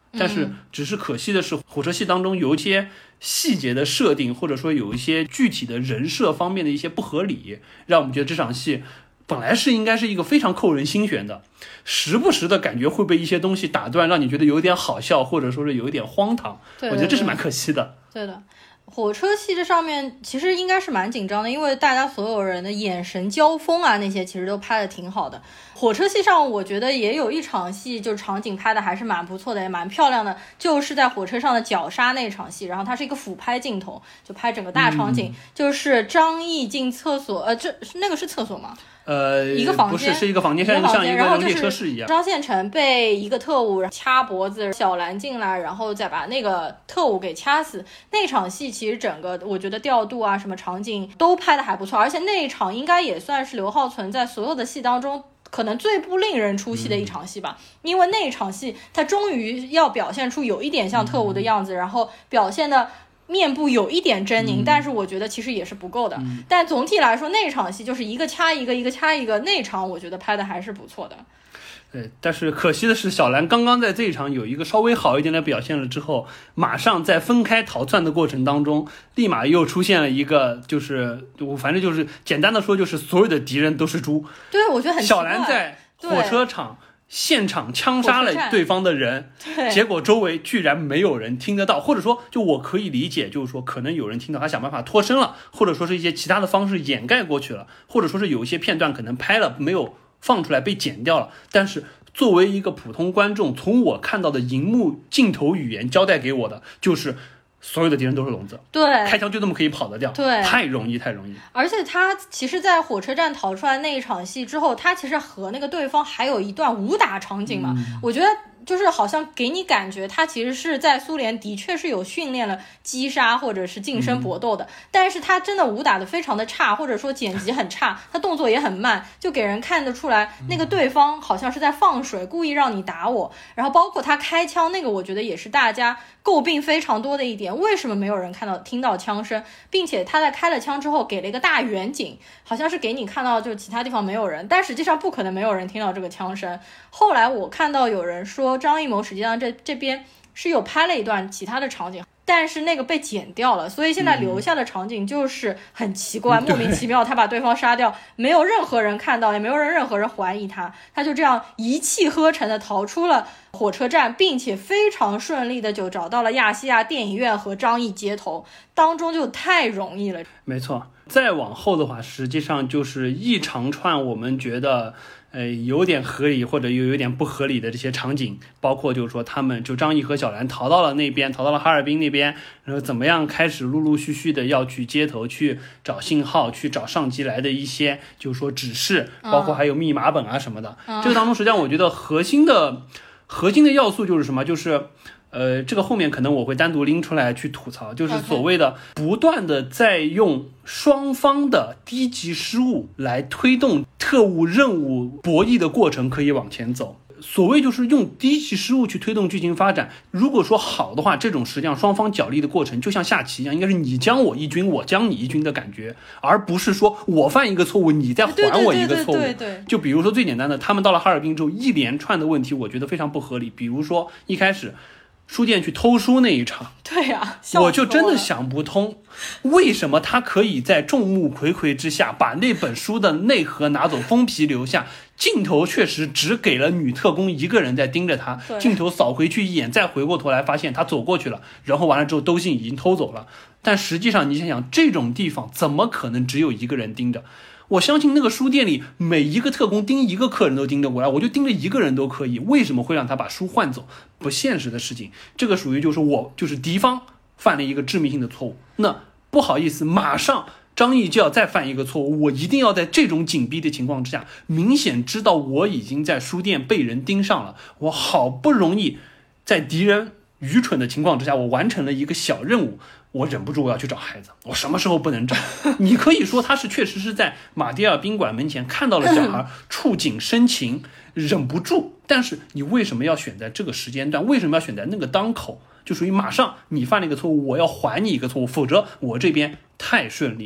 S2: 但是只是可惜的是，火车戏当中有一些细节的设定，或者说有一些具体的人设方面的一些不合理，让我们觉得这场戏本来是应该是一个非常扣人心弦的，时不时的感觉会被一些东西打断，让你觉得有一点好笑，或者说是有一点荒唐。
S1: 对对对，
S2: 我觉得这是蛮可惜的。
S1: 对的。火车戏这上面其实应该是蛮紧张的，因为大家所有人的眼神交锋啊，那些其实都拍的挺好的。火车戏上我觉得也有一场戏，就场景拍的还是蛮不错的，也蛮漂亮的，就是在火车上的绞杀那场戏，然后它是一个俯拍镜头，就拍整个大场景，嗯、就是张译进厕所，呃，这那个是厕所吗？
S2: 呃，
S1: 一个房间，
S2: 不是，是一个房间，像像一个列车室一样。
S1: 张献成被一个特务掐脖子，小兰进来，然后再把那个特务给掐死。那场戏其实整个我觉得调度啊，什么场景都拍的还不错，而且那一场应该也算是刘浩存在所有的戏当中可能最不令人出戏的一场戏吧，嗯、因为那一场戏他终于要表现出有一点像特务的样子，嗯、然后表现的面部有一点狰狞，嗯、但是我觉得其实也是不够的。嗯、但总体来说，那场戏就是一个掐一个，一个掐一个，那场我觉得拍的还是不错的。
S2: 对，但是可惜的是，小兰刚刚在这一场有一个稍微好一点的表现了之后，马上在分开逃窜的过程当中，立马又出现了一个，就是我反正就是简单的说，就是所有的敌人都是猪。
S1: 对，我觉得很奇怪。
S2: 小兰在火车场现场枪杀了对方的人，结果周围居然没有人听得到，或者说就我可以理解，就是说可能有人听到，他想办法脱身了，或者说是一些其他的方式掩盖过去了，或者说是有一些片段可能拍了没有放出来被剪掉了。但是作为一个普通观众，从我看到的荧幕镜头语言交代给我的就是所有的敌人都是聋子，
S1: 对，
S2: 开枪就这么可以跑得掉，
S1: 对，
S2: 太容易太容易。
S1: 而且他其实在火车站逃出来那一场戏之后，他其实和那个对方还有一段武打场景嘛，嗯、我觉得就是好像给你感觉他其实是在苏联的确是有训练了击杀或者是近身搏斗的，嗯、但是他真的武打的非常的差，或者说剪辑很差，他动作也很慢，就给人看得出来那个对方好像是在放水，故意让你打我。然后包括他开枪那个，我觉得也是大家诟病非常多的一点，为什么没有人看到听到枪声，并且他在开了枪之后给了一个大远景，好像是给你看到就其他地方没有人，但实际上不可能没有人听到这个枪声。后来我看到有人说张艺谋实际上这这边是有拍了一段其他的场景，但是那个被剪掉了，所以现在留下的场景就是很奇怪，嗯、莫名其妙他把对方杀掉，没有任何人看到，也没有人任何人怀疑他，他就这样一气呵成的逃出了火车站，并且非常顺利的就找到了亚细亚电影院和张译接头，当中就太容易了。
S2: 没错，再往后的话，实际上就是一长串我们觉得呃，有点合理或者又有点不合理的这些场景，包括就是说他们就张译和小兰逃到了那边，逃到了哈尔滨那边，然后怎么样开始陆陆续续的要去街头去找信号，去找上级来的一些就是说指示，包括还有密码本啊什么的。嗯、这个当中实际上我觉得核心的核心的要素就是什么？就是呃，这个后面可能我会单独拎出来去吐槽，就是所谓的不断的在用双方的低级失误来推动特务任务博弈的过程可以往前走。所谓就是用低级失误去推动剧情发展，如果说好的话，这种实际上双方角力的过程就像下棋一样，应该是你将我一军，我将你一军的感觉，而不是说我犯一个错误，你再还我一个错误。
S1: 对对对对对对。
S2: 就比如说最简单的，他们到了哈尔滨之后，一连串的问题，我觉得非常不合理。比如说一开始书店去偷书那一场，
S1: 对呀、
S2: 啊，我就真的想不通，为什么他可以在众目睽睽之下把那本书的内核拿走，封皮留下，镜头确实只给了女特工一个人在盯着他，镜头扫回去一眼，再回过头来发现他走过去了，然后完了之后兜信已经偷走了。但实际上你想想，这种地方怎么可能只有一个人盯着？我相信那个书店里每一个特工盯一个客人都盯得过来，我就盯着一个人都可以，为什么会让他把书换走？不现实的事情。这个属于就是我就是敌方犯了一个致命性的错误，那不好意思，马上张译就要再犯一个错误，我一定要在这种紧逼的情况之下，明显知道我已经在书店被人盯上了，我好不容易在敌人愚蠢的情况之下，我完成了一个小任务，我忍不住我要去找孩子，我什么时候不能找？你可以说他是确实是在马迭尔宾馆门前看到了小孩，触景生情，忍不住，但是你为什么要选在这个时间段？为什么要选在那个当口？就属于马上你犯了一个错误，我要还你一个错误，否则我这边太顺利了。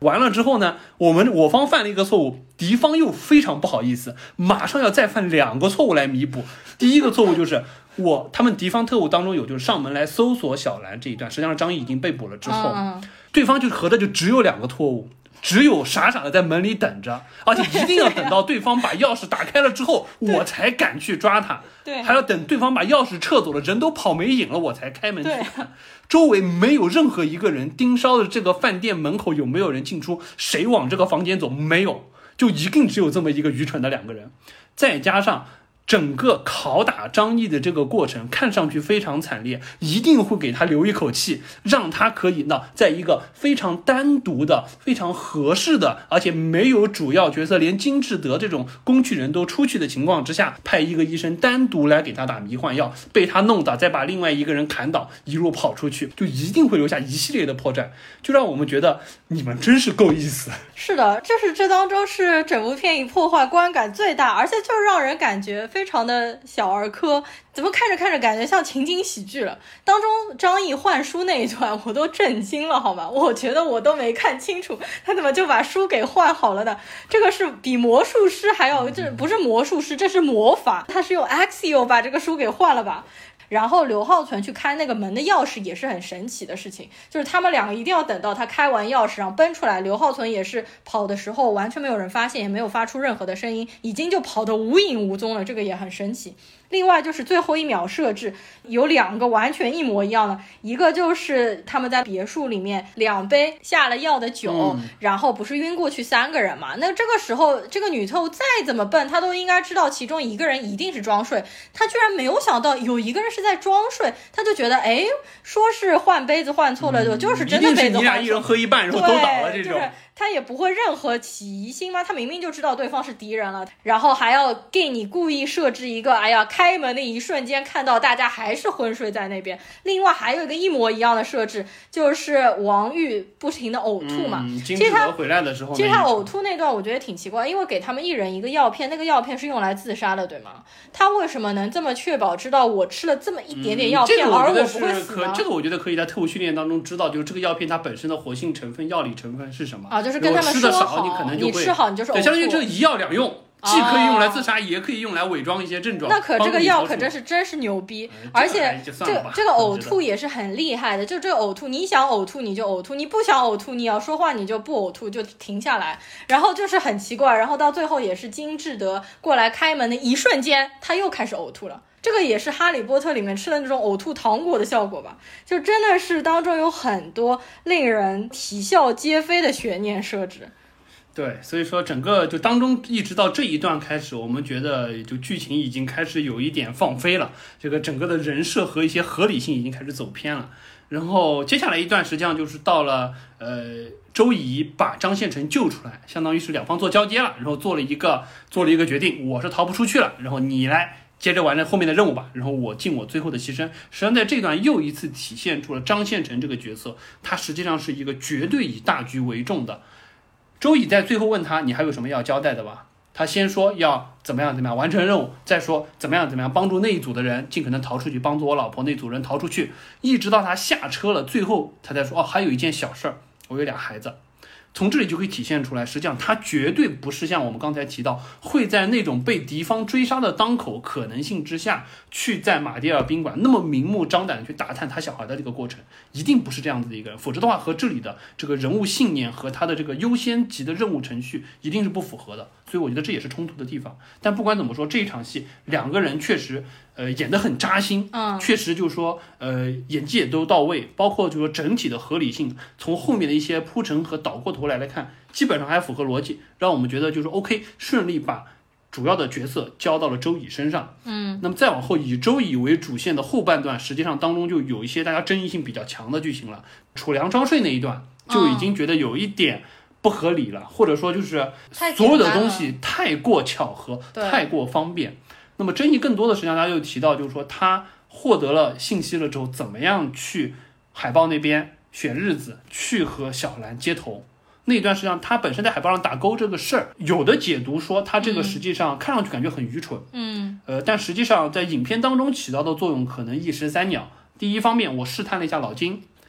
S2: 完了之后呢，我们我方犯了一个错误，敌方又非常不好意思，马上要再犯两个错误来弥补。第一个错误就是我他们敌方特务当中有就是上门来搜索小兰这一段，实际上张译已经被捕了之后，嗯、对方就合的就只有两个错误。只有傻傻的在门里等着，而且一定要等到对方把钥匙打开了之后，我才敢去抓他。
S1: 对，
S2: 还要等对方把钥匙撤走了，人都跑没影了，我才开门去看。周围没有任何一个人盯梢的这个饭店门口有没有人进出，谁往这个房间走没有，就一定只有这么一个愚蠢的两个人。再加上整个拷打张译的这个过程看上去非常惨烈，一定会给他留一口气，让他可以呢，在一个非常单独的、非常合适的，而且没有主要角色，连金志德这种工具人都出去的情况之下，派一个医生单独来给他打迷幻药，被他弄倒，再把另外一个人砍倒，一路跑出去，就一定会留下一系列的破绽，就让我们觉得你们真是够意思。
S1: 是的，就是这当中是整部片一破坏观感最大，而且就是让人感觉非常的小儿科，怎么看着看着感觉像情景喜剧了。当中张译换书那一段我都震惊了好吗？我觉得我都没看清楚他怎么就把书给换好了呢？这个是比魔术师还要，这不是魔术师，这是魔法，他是用 Axio 把这个书给换了吧。然后刘浩存去开那个门的钥匙也是很神奇的事情，就是他们两个一定要等到他开完钥匙然后奔出来，刘浩存也是跑的时候完全没有人发现，也没有发出任何的声音，已经就跑得无影无踪了，这个也很神奇。另外就是最后一秒设置有两个完全一模一样的，一个就是他们在别墅里面两杯下了药的酒、嗯、然后不是晕过去三个人嘛，那这个时候这个女特务再怎么笨她都应该知道其中一个人一定是装睡，她居然没有想到有一个人是在装睡，她就觉得哎，说是换杯子换错了、嗯、就是真的杯子换错了，一定是
S2: 你俩一人喝一半然后都倒了这种，
S1: 他也不会任何起疑心吗？他明明就知道对方是敌人了，然后还要给你故意设置一个，哎呀，开门的一瞬间看到大家还是昏睡在那边。另外还有一个一模一样的设置，就是王玉不停的呕吐嘛。
S2: 嗯、金志德回来的时候，
S1: 其实他呕吐那段我觉得挺奇怪，因为给他们一人一个药片，那个药片是用来自杀的，对吗？他为什么能这么确保知道我吃了这么一点点药片、嗯、而我不会死呢？
S2: 这个我觉得可以在特务训练当中知道，就是这个药片它本身的活性成分、药理成分是什么。
S1: 啊，就是跟他们说好，
S2: 你可能就会
S1: 你吃好你就是呕吐，
S2: 对，相当于这一药两用，既可以用来自杀、哦、也可以用来伪装一些症状。
S1: 那可这个药可真是真是牛逼、嗯、而且这这这个呕吐也是很厉害的，就这个呕吐你想呕吐你就呕吐，你不想呕吐你要说话你就不呕吐，就停下来，然后就是很奇怪，然后到最后也是金志德过来开门的一瞬间他又开始呕吐了，这个也是哈利波特里面吃的那种呕吐糖果的效果吧，就真的是当中有很多令人啼笑皆非的悬念设置。
S2: 对，所以说整个就当中一直到这一段开始，我们觉得就剧情已经开始有一点放飞了，这个整个的人设和一些合理性已经开始走偏了。然后接下来一段实际上就是到了呃周乙把张献成救出来，相当于是两方做交接了，然后做了一个做了一个决定，我是逃不出去了，然后你来接着完成后面的任务吧，然后我尽我最后的牺牲。实际上在这段又一次体现出了张献成这个角色，他实际上是一个绝对以大局为重的。周乙在最后问他你还有什么要交代的吧，他先说要怎么样怎么样完成任务，再说怎么样怎么样帮助那一组的人尽可能逃出去，帮助我老婆那组人逃出去，一直到他下车了，最后他才说哦还有一件小事儿，我有俩孩子。从这里就可以体现出来，实际上他绝对不是像我们刚才提到会在那种被敌方追杀的当口可能性之下去在马迭尔宾馆那么明目张胆的去打探他小孩的这个过程，一定不是这样子的一个人，否则的话和这里的这个人物信念和他的这个优先级的任务程序一定是不符合的，所以我觉得这也是冲突的地方。但不管怎么说，这一场戏两个人确实呃演得很扎心，
S1: 嗯，
S2: 确实就是说呃演技也都到位，包括就是说整体的合理性，从后面的一些铺陈和倒过头来来看，基本上还符合逻辑，让我们觉得就是 OK 顺利把主要的角色交到了周乙身上。
S1: 嗯，
S2: 那么再往后以周乙为主线的后半段，实际上当中就有一些大家争议性比较强的剧情了。楚良招税那一段就已经觉得有一点不合理了，嗯、或者说就是所有的东西太过巧合，太过方便。那么争议更多的实际上大家又提到，就是说他获得了信息了之后，怎么样去海豹那边选日子去和小兰接头。那一段实际上他本身在海报上打勾这个事儿，有的解读说他这个实际上看上去感觉很愚蠢，
S1: 嗯，
S2: 呃，但实际上在影片当中起到的作用可能一石三鸟。第一方面，我试探了一下老金，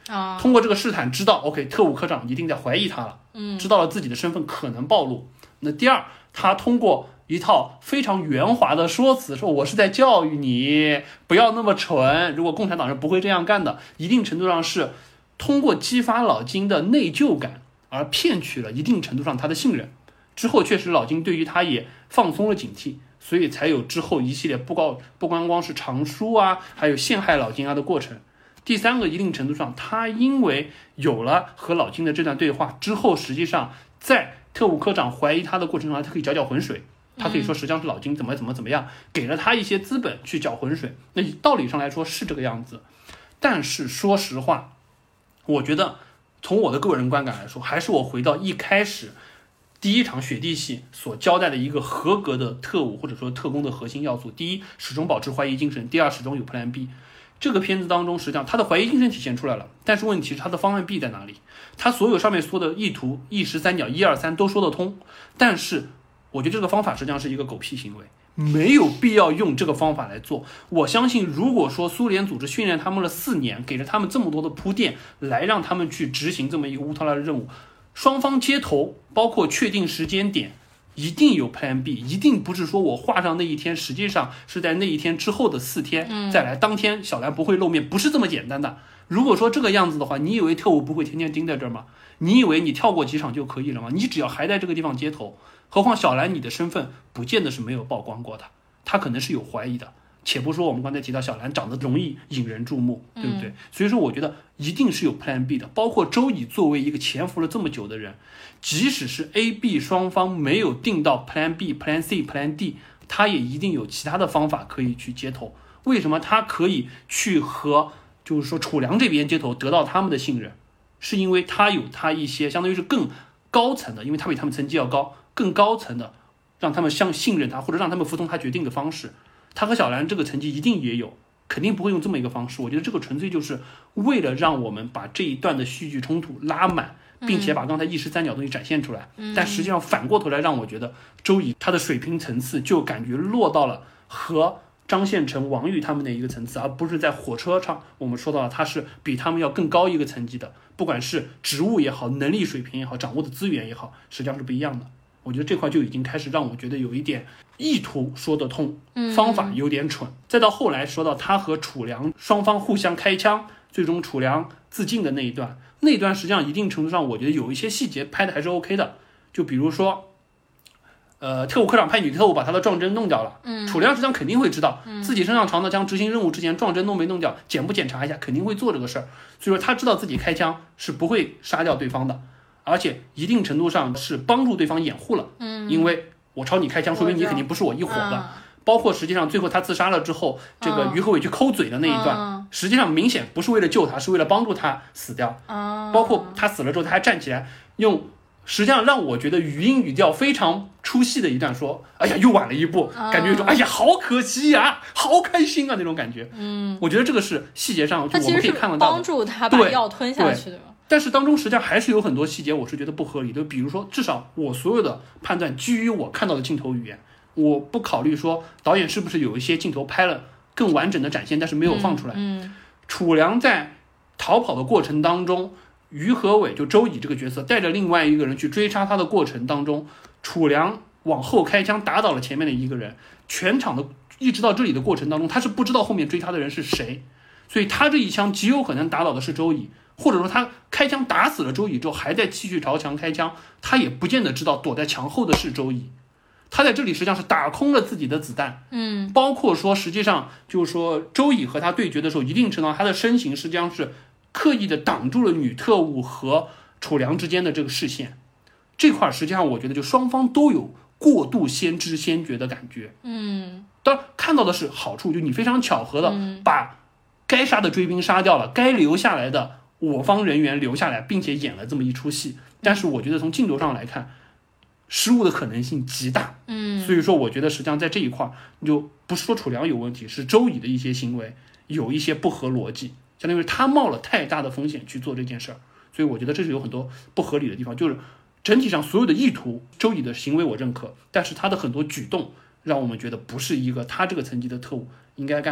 S1: 啊，
S2: 通过这个试探知道 OK 特务科长一定在怀疑他了，
S1: 嗯，
S2: 知道了自己的身份可能暴露。那第二，他通过一套非常圆滑的说辞，说我是在教育你不要那么蠢，如果共产党人不会这样干的，一定程度上是通过激发老金的内疚感而骗取了一定程度上他的信任。之后确实老金对于他也放松了警惕，所以才有之后一系列不光不光光是藏书啊，还有陷害老金啊的过程。第三个，一定程度上他因为有了和老金的这段对话之后，实际上在特务科长怀疑他的过程中，他可以搅搅浑水，他可以说实际上是老金怎么怎么怎么样，给了他一些资本去搅浑水。那道理上来说是这个样子，但是说实话，我觉得从我的个人观感来说，还是我回到一开始第一场雪地戏所交代的一个合格的特务或者说特工的核心要素：第一，始终保持怀疑精神；第二，始终有 Plan B。这个片子当中，实际上他的怀疑精神体现出来了，但是问题是他的方案 B 在哪里？他所有上面说的意图、意识三角一二三都说得通，但是我觉得这个方法实际上是一个狗屁行为，没有必要用这个方法来做。我相信，如果说苏联组织训练他们了四年，给了他们这么多的铺垫，来让他们去执行这么一个乌托邦的任务，双方接头，包括确定时间点，一定有 Plan B， 一定不是说我画上那一天，实际上是在那一天之后的四天、嗯、再来，当天小兰不会露面，不是这么简单的。如果说这个样子的话，你以为特务不会天天盯在这儿吗？你以为你跳过几场就可以了吗？你只要还在这个地方接头，何况小兰你的身份不见得是没有曝光过的，他可能是有怀疑的。且不说我们刚才提到小兰长得容易引人注目，对不对、嗯、所以说我觉得一定是有 Plan B 的。包括周乙作为一个潜伏了这么久的人，即使是 A B 双方没有定到 Plan B Plan C Plan D， 他也一定有其他的方法可以去接头。为什么他可以去和就是说楚良这边接头得到他们的信任，是因为他有他一些相当于是更高层的，因为他比他们层级要高，更高层的让他们相信任他，或者让他们服从他决定的方式。他和小兰这个层级一定也有，肯定不会用这么一个方式。我觉得这个纯粹就是为了让我们把这一段的戏剧冲突拉满，并且把刚才意识三角东西展现出来、嗯、但实际上反过头来让我觉得周乙他的水平层次就感觉落到了和张献成、王玉他们的一个层次，而不是在火车上我们说到了他是比他们要更高一个层级的，不管是职务也好，能力水平也好，掌握的资源也好，实际上是不一样的。我觉得这块就已经开始让我觉得有一点意图说得通，方法有点蠢、嗯、再到后来说到他和楚良双方互相开枪，最终楚良自尽的那一段，那一段实际上一定程度上我觉得有一些细节拍的还是 OK 的。就比如说呃，特务科长派女特务把他的撞针弄掉了，嗯，楚良实际上肯定会知道、嗯、自己身上长的枪执行任务之前撞针弄没弄掉，检不检查一下，肯定会做这个事儿。所以说他知道自己开枪是不会杀掉对方的，而且一定程度上是帮助对方掩护了，嗯，因为我朝你开枪，说明你肯定不是我一伙的、嗯、包括实际上最后他自杀了之后，这个于和伟去抠嘴的那一段、嗯、实际上明显不是为了救他，是为了帮助他死掉、嗯、包括他死了之后他还站起来用实际上让我觉得语音语调非常出戏的一段说，哎呀又晚了一步、嗯、感觉有种哎呀好可惜呀、啊、好开心啊那种感觉。嗯，我觉得这个是细节上就我们可以看得到的，
S1: 帮助他把药吞下去的。
S2: 但是当中实际上还是有很多细节我是觉得不合理的，比如说至少我所有的判断基于我看到的镜头语言，我不考虑说导演是不是有一些镜头拍了更完整的展现但是没有放出来。嗯，嗯楚良在逃跑的过程当中，于和伟就周乙这个角色带着另外一个人去追杀他的过程当中，楚良往后开枪打倒了前面的一个人，全场的一直到这里的过程当中他是不知道后面追他的人是谁，所以他这一枪极有可能打倒的是周乙，或者说他开枪打死了周乙之后还在继续朝墙开枪，他也不见得知道躲在墙后的是周乙，他在这里实际上是打空了自己的子弹。嗯，包括说实际上就是说周乙和他对决的时候，一定程度上他的身形实际上是刻意的挡住了女特务和楚良之间的这个视线，这块实际上我觉得就双方都有过度先知先觉的感觉。嗯，当然看到的是好处，就你非常巧合的把该杀的追兵杀掉了，该留下来的我方人员留下来，并且演了这么一出戏。但是我觉得从镜头上来看，失误的可能性极大。嗯，所以说我觉得实际上在这一块，你就不是说楚良有问题，是周乙的一些行为有一些不合逻辑，相当于他冒了太大的风险去做这件事儿。所以我觉得这是有很多不合理的地方，就是整体上所有的意图，周乙的行为我认可，但是他的很多举动让我们觉得不是一个他这个层级的特务应该干的。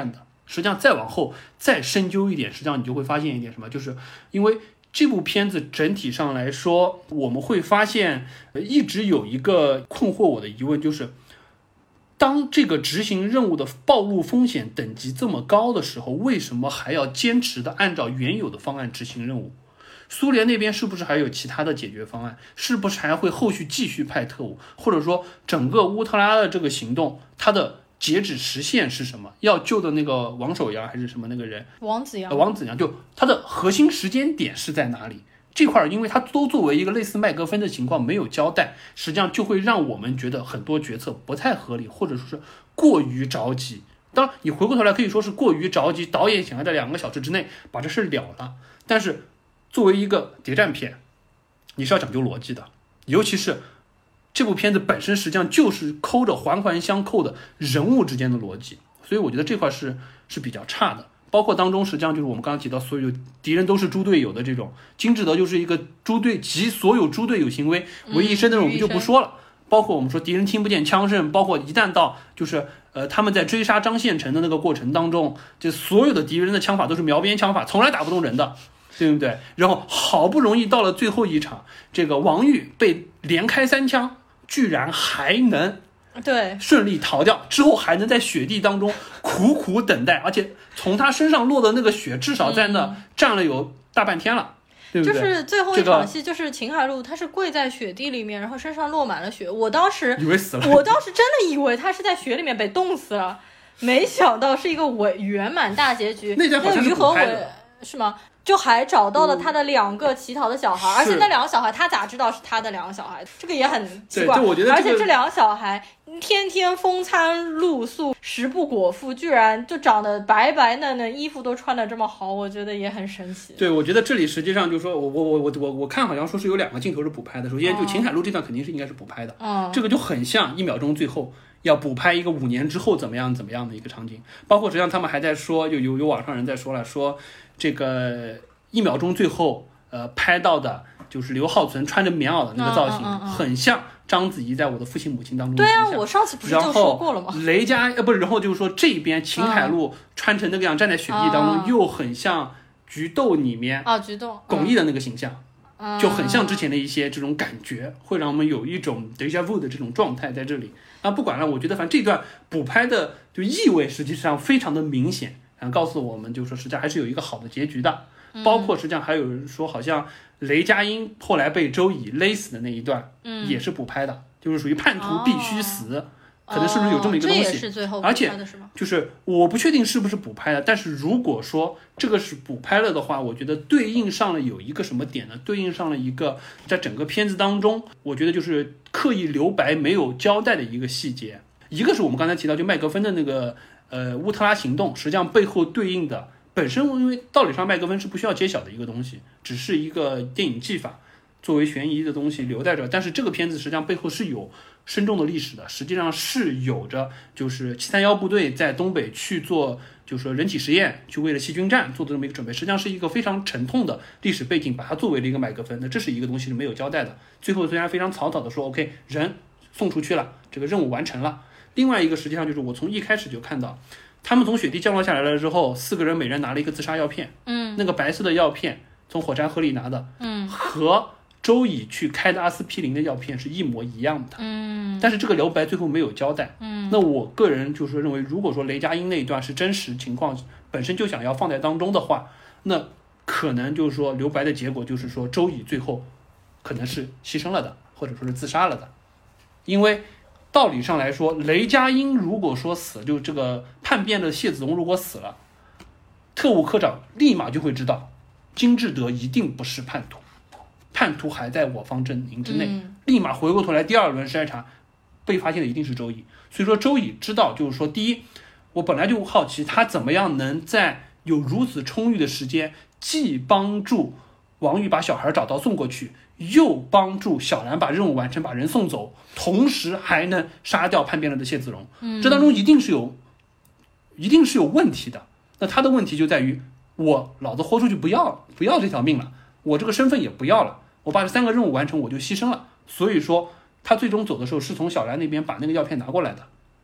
S2: 实际上再往后再深究一点，实际上你就会发现一点什么，就是因为这部片子整体上来说，我们会发现一直有一个困惑我的疑问，就是当这个执行任务的暴露风险等级这么高的时候，为什么还要坚持的按照原有的方案执行任务？苏联那边是不是还有其他的解决方案？是不是还会后续继续派特务？或者说整个乌特拉的这个行动，它的截止时限是什么？要救的那个王守阳还是什么那个人？
S1: 王子阳。
S2: 呃、王子阳，就它的核心时间点是在哪里？这块因为它都作为一个类似麦格芬的情况没有交代，实际上就会让我们觉得很多决策不太合理，或者说是过于着急。当然你回过头来可以说是过于着急，导演想要在两个小时之内把这事了了，但是作为一个谍战片，你是要讲究逻辑的，尤其是这部片子本身实际上就是抠着环环相扣的人物之间的逻辑，所以我觉得这块是是比较差的。包括当中实际上就是我们刚刚提到所有敌人都是猪队友的这种，金志德就是一个猪队及所有猪队友行为为一身的人我们就不说了、嗯、包括我们说敌人听不见枪声，包括一旦到就是呃他们在追杀张献成的那个过程当中，就所有的敌人的枪法都是瞄边枪法，从来打不动人的，对不对？然后好不容易到了最后一场，这个王玉被连开三枪，居然还能
S1: 对
S2: 顺利逃掉，之后还能在雪地当中苦苦等待，而且从他身上落的那个雪至少在那站了有大半天了、嗯、对不对？
S1: 就是最后一场戏，就是秦海璐他是跪在雪地里面，然后身上落满了雪，我当时
S2: 以为死了，
S1: 我当时真的以为他是在雪里面被冻死了，没想到是一个伪圆满大结局。
S2: 那段好像是补拍的，
S1: 是吗？就还找到了他的两个乞讨的小孩、嗯、而且那两个小孩他咋知道是他的两个小孩，这个也很奇怪。
S2: 我觉得、这个、
S1: 而且这两个小孩天天风餐露宿，食不果腹，居然就长得白白嫩嫩，衣服都穿得这么好，我觉得也很神奇。
S2: 对，我觉得这里实际上就是说我我我我我看好像说是有两个镜头是补拍的，首先就秦海璐这段肯定是应该是补拍的，嗯，这个就很像一秒钟最后要补拍一个五年之后怎么样怎么样的一个场景。包括实际上他们还在说，有有有网上人在说了，说这个一秒钟最后呃拍到的就是刘浩存穿着棉袄的那个造型、嗯嗯嗯、很像章子怡在我的父亲母亲当中。
S1: 对啊，我上次不是就说过了吗？
S2: 雷佳呃不是，然后就是说这边秦海璐穿成那个样站在雪地当中、嗯、又很像菊豆里面
S1: 啊菊豆
S2: 巩俐的那个形象、嗯、就很像之前的一些这种感觉，会让我们有一种 déjà vu 的这种状态在这里。啊不管了，我觉得反正这段补拍的就意味实际上非常的明显，然后告诉我们就是说实际上还是有一个好的结局的。包括实际上还有人说好像雷佳音后来被周乙勒死的那一段也是补拍的、嗯、就是属于叛徒必须死、哦、可能是不是有这么一个东西、哦、
S1: 这也是最后补
S2: 拍的，
S1: 是吗？
S2: 而且就是我不确定是不是补拍的，但是如果说这个是补拍了的话，我觉得对应上了有一个什么点呢？对应上了一个在整个片子当中我觉得就是刻意留白没有交代的一个细节。一个是我们刚才提到就麦格芬的那个呃乌特拉行动，实际上背后对应的本身因为道理上麦格芬是不需要揭晓的一个东西，只是一个电影技法作为悬疑的东西留在这，但是这个片子实际上背后是有深重的历史的，实际上是有着就是七三一部队在东北去做就是说人体实验，去为了细菌战做的这么一个准备，实际上是一个非常沉痛的历史背景，把它作为了一个麦格芬，那这是一个东西是没有交代的。最后虽然非常草草的说 OK 人送出去了，这个任务完成了。另外一个实际上就是我从一开始就看到他们从雪地降落下来了之后，四个人每人拿了一个自杀药片，嗯，那个白色的药片从火山河里拿的，嗯，和周乙去开的阿司匹林的药片是一模一样的，嗯，但是这个留白最后没有交代，嗯，那我个人就是认为，如果说雷佳音那一段是真实情况，本身就想要放在当中的话，那可能就是说留白的结果就是说周乙最后可能是牺牲了的，或者说是自杀了的，因为道理上来说，雷佳音如果说死，就这个叛变的谢子龙如果死了，特务科长立马就会知道金志德一定不是叛徒，叛徒还在我方阵营之内、嗯、立马回过头来第二轮筛查，被发现的一定是周乙。所以说周乙知道，就是说第一，我本来就好奇他怎么样能在有如此充裕的时间，既帮助王玉把小孩找到送过去，又帮助小兰把任务完成，把人送走，同时还能杀掉叛变了的谢子荣、嗯、这当中一定是有一定是有问题的。那他的问题就在于，我老子豁出去不要不要这条命了，我这个身份也不要了，我把这三个任务完成我就牺牲了。所以说他最终走的时候是从小兰那边把那个药片拿过来的，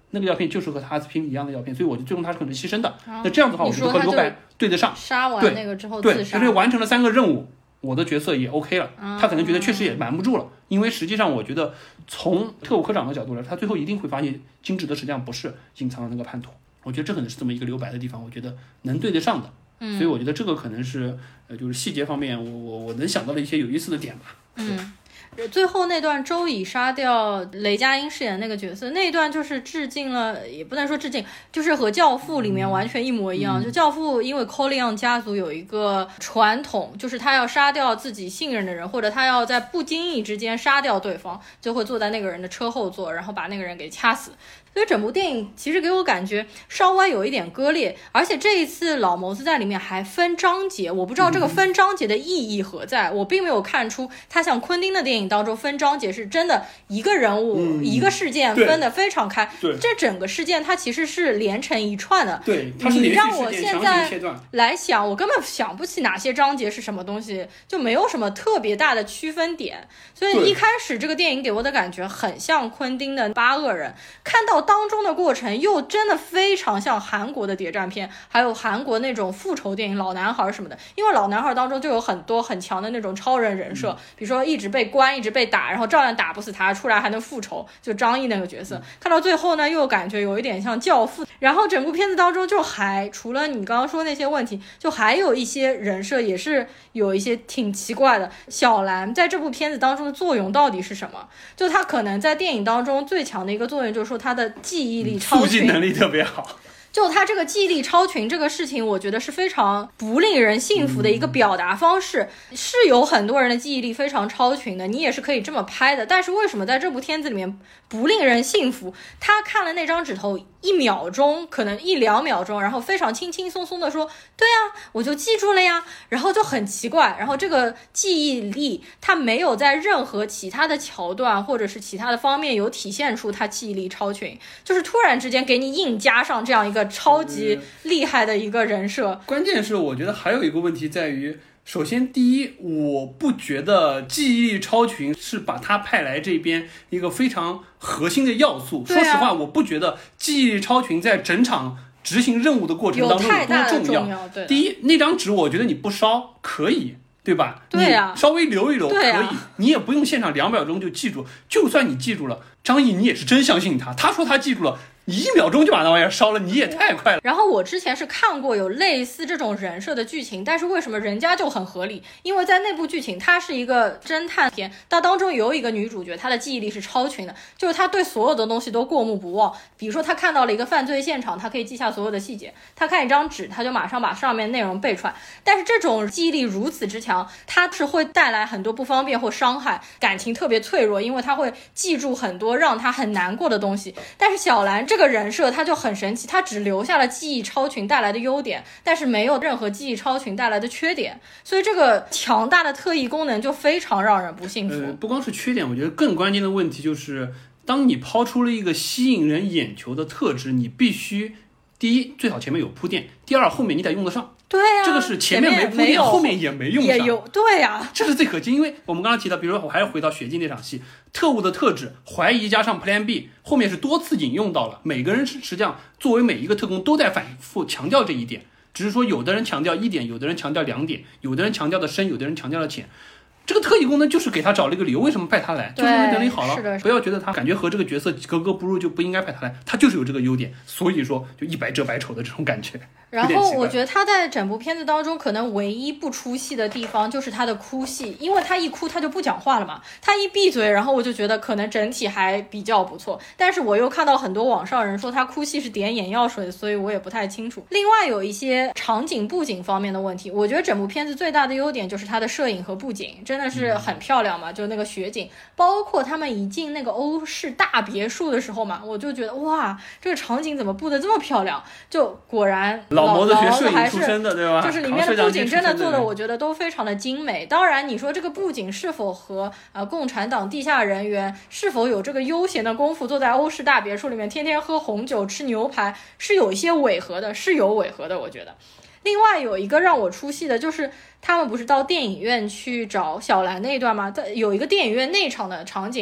S2: 那个药片就是和哈斯平一样的药片，所以我就最终他是可能牺牲的。啊、那这样子的话，我觉得和刘白对得上。
S1: 杀完那个之后自杀，
S2: 对，就是完成了三个任务，我的角色也 OK 了。啊、他可能觉得确实也瞒不住了，因为实际上我觉得从特务科长的角度来说，他最后一定会发现金志德实际上不是隐藏的那个叛徒。我觉得这可能是这么一个留白的地方，我觉得能对得上的。嗯，所以我觉得这个可能是呃，就是细节方面我，我我能想到的一些有意思的点吧。
S1: 嗯。最后那段周乙杀掉雷佳音饰演的那个角色，那一段就是致敬了，也不能说致敬，就是和教父里面完全一模一样。嗯、就教父因为 Corleone 家族有一个传统，就是他要杀掉自己信任的人，或者他要在不经意之间杀掉对方，就会坐在那个人的车后座，然后把那个人给掐死。所以整部电影其实给我感觉稍微有一点割裂，而且这一次老谋子在里面还分章节，我不知道这个分章节的意义何在，我并没有看出他像昆汀的电影当中分章节是真的一个人物、嗯、一个事件分得非常开，这整个事件它其实是连成一串的。
S2: 对，它是连续事件，
S1: 你让我现在来想，我根本想不起哪些章节是什么东西，就没有什么特别大的区分点。所以一开始这个电影给我的感觉很像昆汀的八恶人，看到当中的过程又真的非常像韩国的谍战片，还有韩国那种复仇电影老男孩什么的。因为老男孩当中就有很多很强的那种超人人设，比如说一直被关一直被打，然后照样打不死他，出来还能复仇，就张译那个角色。看到最后呢又感觉有一点像教父，然后整部片子当中就还除了你刚刚说那些问题，就还有一些人设也是有一些挺奇怪的。小兰在这部片子当中的作用到底是什么？就他可能在电影当中最强的一个作用就是说他的记忆力超群，
S2: 促进能力特别好。
S1: 就他这个记忆力超群这个事情，我觉得是非常不令人信服的一个表达方式。嗯、是有很多人的记忆力非常超群的，你也是可以这么拍的。但是为什么在这部片子里面不令人信服？他看了那张纸头一秒钟，可能一两秒钟，然后非常轻轻松松的说：“对啊，我就记住了呀。”然后就很奇怪。然后这个记忆力，他没有在任何其他的桥段或者是其他的方面有体现出他记忆力超群，就是突然之间给你硬加上这样一个超级厉害的一个人设。
S2: 关键是我觉得还有一个问题在于，首先第一，我不觉得记忆力超群是把他派来这边一个非常核心的要素。
S1: 啊、
S2: 说实话，我不觉得记忆力超群在整场执行任务的过程当中有多重要。
S1: 重要对
S2: 第一，那张纸我觉得你不烧可以，对吧？
S1: 对呀、啊，
S2: 稍微留一留可以、
S1: 啊，
S2: 你也不用现场两秒钟就记住。就算你记住了，张译你也是真相信他，他说他记住了。你一秒钟就把那玩意儿烧了，你也太快了。
S1: 然后我之前是看过有类似这种人设的剧情，但是为什么人家就很合理？因为在那部剧情，它是一个侦探片，它当中有一个女主角，她的记忆力是超群的，就是她对所有的东西都过目不忘。比如说，她看到了一个犯罪现场，她可以记下所有的细节；她看一张纸，她就马上把上面内容背出来。但是这种记忆力如此之强，它是会带来很多不方便或伤害，感情特别脆弱，因为她会记住很多让她很难过的东西。但是小兰这个人设，她就很神奇，他只留下了记忆超群带来的优点，但是没有任何记忆超群带来的缺点，所以这个强大的特异功能就非常让人不信服。
S2: 呃、不光是缺点，我觉得更关键的问题就是，当你抛出了一个吸引人眼球的特质，你必须第一最好前面有铺垫，第二后面你得用得上。
S1: 对呀、啊，
S2: 这个是前面没铺垫，后面也没用上，
S1: 也有对呀、啊，
S2: 这是最可惜。因为我们刚刚提到，比如说我还是回到血镜那场戏，特务的特质怀疑加上 Plan B， 后面是多次引用到了，每个人实际上作为每一个特工都在反复强调这一点，只是说有的人强调一点，有的人强调两点，有的人强调的深，有的人强调的浅。这个特异功能就是给他找了一个理由，为什么派他来？就是因为能力好了。不要觉得他感觉和这个角色格格不入就不应该派他来，他就是有这个优点，所以说就一白遮百丑的这种感觉。
S1: 然后我觉得他在整部片子当中可能唯一不出戏的地方就是他的哭戏，因为他一哭他就不讲话了嘛，他一闭嘴，然后我就觉得可能整体还比较不错。但是我又看到很多网上人说他哭戏是点眼药水，所以我也不太清楚。另外有一些场景布景方面的问题，我觉得整部片子最大的优点就是它的摄影和布景真的是很漂亮嘛，就那个雪景，包括他们一进那个欧式大别墅的时候嘛，我就觉得哇，这个场景怎么布得这么漂亮？就果然
S2: 老模子学摄影出身的，对吧？
S1: 就是里面的布景真的做的，我觉得都非常的精美。当然，你说这个布景是否和呃共产党地下人员是否有这个悠闲的功夫，坐在欧式大别墅里面天天喝红酒吃牛排，是有一些违和的，是有违和的，我觉得。另外有一个让我出戏的就是他们不是到电影院去找小兰那一段吗？有一个电影院内场的场景，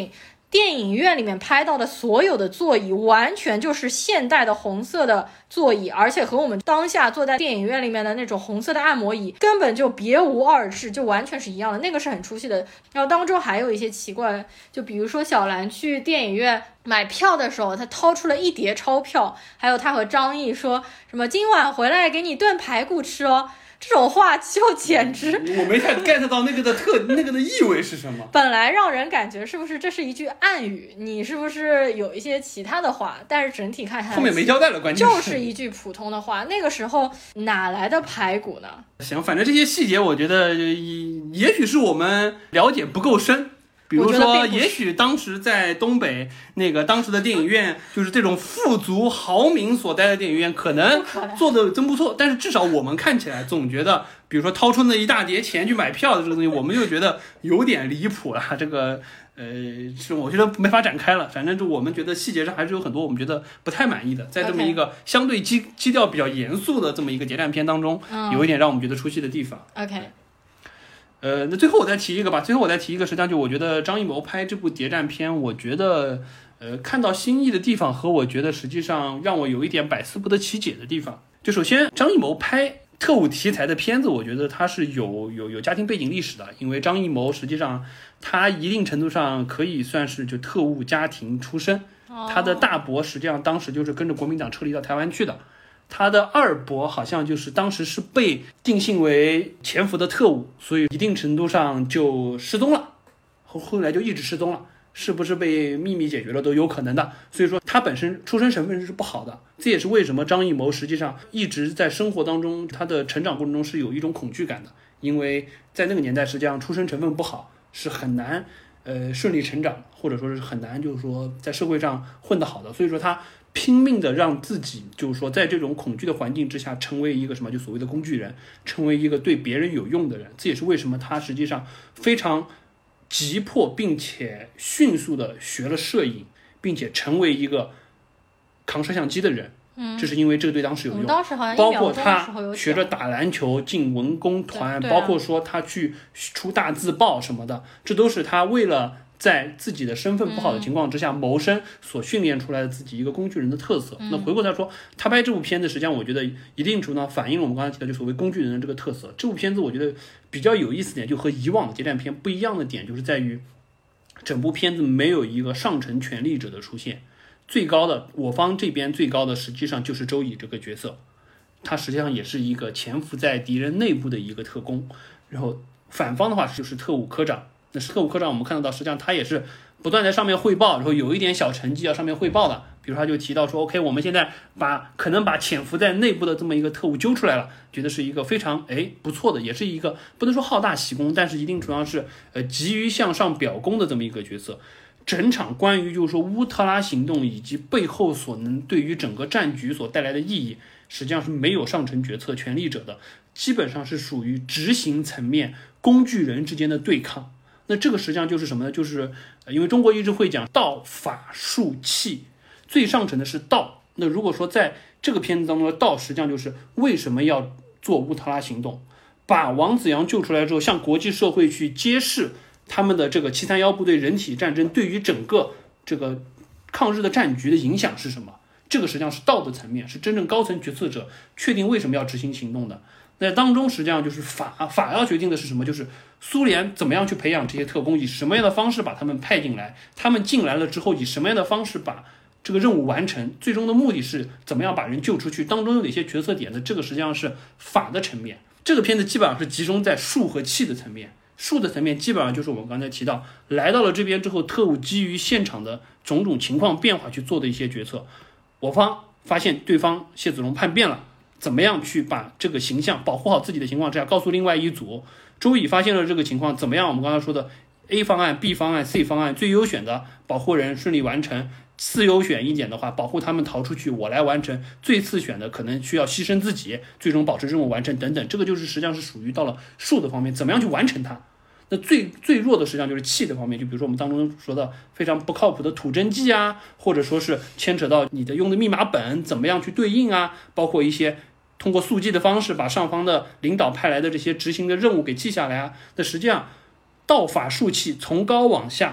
S1: 电影院里面拍到的所有的座椅完全就是现代的红色的座椅，而且和我们当下坐在电影院里面的那种红色的按摩椅根本就别无二致，就完全是一样的，那个是很出戏的。然后当中还有一些奇怪，就比如说小兰去电影院买票的时候，他掏出了一叠钞票，还有他和张译说什么今晚回来给你炖排骨吃哦，这种话就简直
S2: 我没太 get 到那个的特那个的意味是什么。
S1: 本来让人感觉是不是这是一句暗语，你是不是有一些其他的话，但是整体看下来
S2: 后面没交代了，关键
S1: 是就是一句普通的话。那个时候哪来的排骨呢？
S2: 行，反正这些细节我觉得也许是我们了解不够深。比如说也许当时在东北那个当时的电影院，就是这种富足豪民所待的电影院，可能做的真不错，但是至少我们看起来总觉得，比如说掏出那一大叠钱去买票的这个东西，我们就觉得有点离谱了。这个呃，是我觉得没法展开了。反正就我们觉得细节上还是有很多我们觉得不太满意的，在这么一个相对基基调比较严肃的这么一个谍战片当中，有一点让我们觉得出戏的地方。
S1: OK。
S2: 呃，那最后我再提一个吧。最后我再提一个，实际上就我觉得张艺谋拍这部谍战片，我觉得，呃，看到新意的地方和我觉得实际上让我有一点百思不得其解的地方。就首先，张艺谋拍特务题材的片子，我觉得他是有有有家庭背景历史的，因为张艺谋实际上他一定程度上可以算是就特务家庭出身，他的大伯实际上当时就是跟着国民党撤离到台湾去的。他的二伯好像就是当时是被定性为潜伏的特务，所以一定程度上就失踪了，后后来就一直失踪了，是不是被秘密解决了都有可能的。所以说他本身出身身份是不好的，这也是为什么张艺谋实际上一直在生活当中，他的成长过程中是有一种恐惧感的，因为在那个年代实际上出身成分不好是很难呃顺利成长，或者说是很难就是说在社会上混得好的。所以说他拼命的让自己就是说在这种恐惧的环境之下成为一个什么就所谓的工具人，成为一个对别人有用的人。这也是为什么他实际上非常急迫并且迅速的学了摄影，并且成为一个扛摄像机的人。嗯，这是因为这个对当时有用。
S1: 当时好像
S2: 包括他学着打篮球进文工团，包括说他去出大字报什么的，这都是他为了在自己的身份不好的情况之下谋生所训练出来的自己一个工具人的特色。那回过头来说，他拍这部片子实际上我觉得一定程度上反映了我们刚才提到就所谓工具人的这个特色。这部片子我觉得比较有意思点，就和以往的谍战片不一样的点，就是在于整部片子没有一个上层权力者的出现，最高的我方这边最高的实际上就是周乙这个角色，他实际上也是一个潜伏在敌人内部的一个特工，然后反方的话就是特务科长。那特务科长我们看得到实际上他也是不断在上面汇报，然后有一点小成绩要上面汇报的。比如他就提到说 OK 我们现在把可能把潜伏在内部的这么一个特务揪出来了，觉得是一个非常哎不错的，也是一个不能说好大喜功，但是一定主要是呃急于向上表功的这么一个角色。整场关于就是说乌特拉行动以及背后所能对于整个战局所带来的意义，实际上是没有上层决策权力者的，基本上是属于执行层面工具人之间的对抗。那这个实际上就是什么呢？就是因为中国一直会讲道法术器，最上层的是道。那如果说在这个片子当中的道，实际上就是为什么要做乌特拉行动，把王子阳救出来之后，向国际社会去揭示他们的这个七三一部队人体战争对于整个这个抗日的战局的影响是什么。这个实际上是道的层面，是真正高层决策者确定为什么要执行行动的。那当中实际上就是法法要决定的是什么，就是苏联怎么样去培养这些特工，以什么样的方式把他们派进来，他们进来了之后以什么样的方式把这个任务完成，最终的目的是怎么样把人救出去，当中有哪些决策点的，这个实际上是法的层面。这个片子基本上是集中在术和器的层面，术的层面基本上就是我们刚才提到来到了这边之后，特务基于现场的种种情况变化去做的一些决策。我方发现对方谢子龙叛变了，怎么样去把这个形象保护好自己的情况之下，告诉另外一组周乙发现了这个情况，怎么样我们刚才说的 A 方案 B 方案 C 方案最优选的保护人顺利完成，次优选一点的话保护他们逃出去我来完成，最次选的可能需要牺牲自己最终保持任务完成等等。这个就是实际上是属于到了术的方面，怎么样去完成它。那最最弱的实际上就是气的方面，就比如说我们当中说的非常不靠谱的吐真剂啊，或者说是牵扯到你的用的密码本怎么样去对应啊，包括一些通过速记的方式把上方的领导派来的这些执行的任务给记下来啊。那实际上道法术器从高往下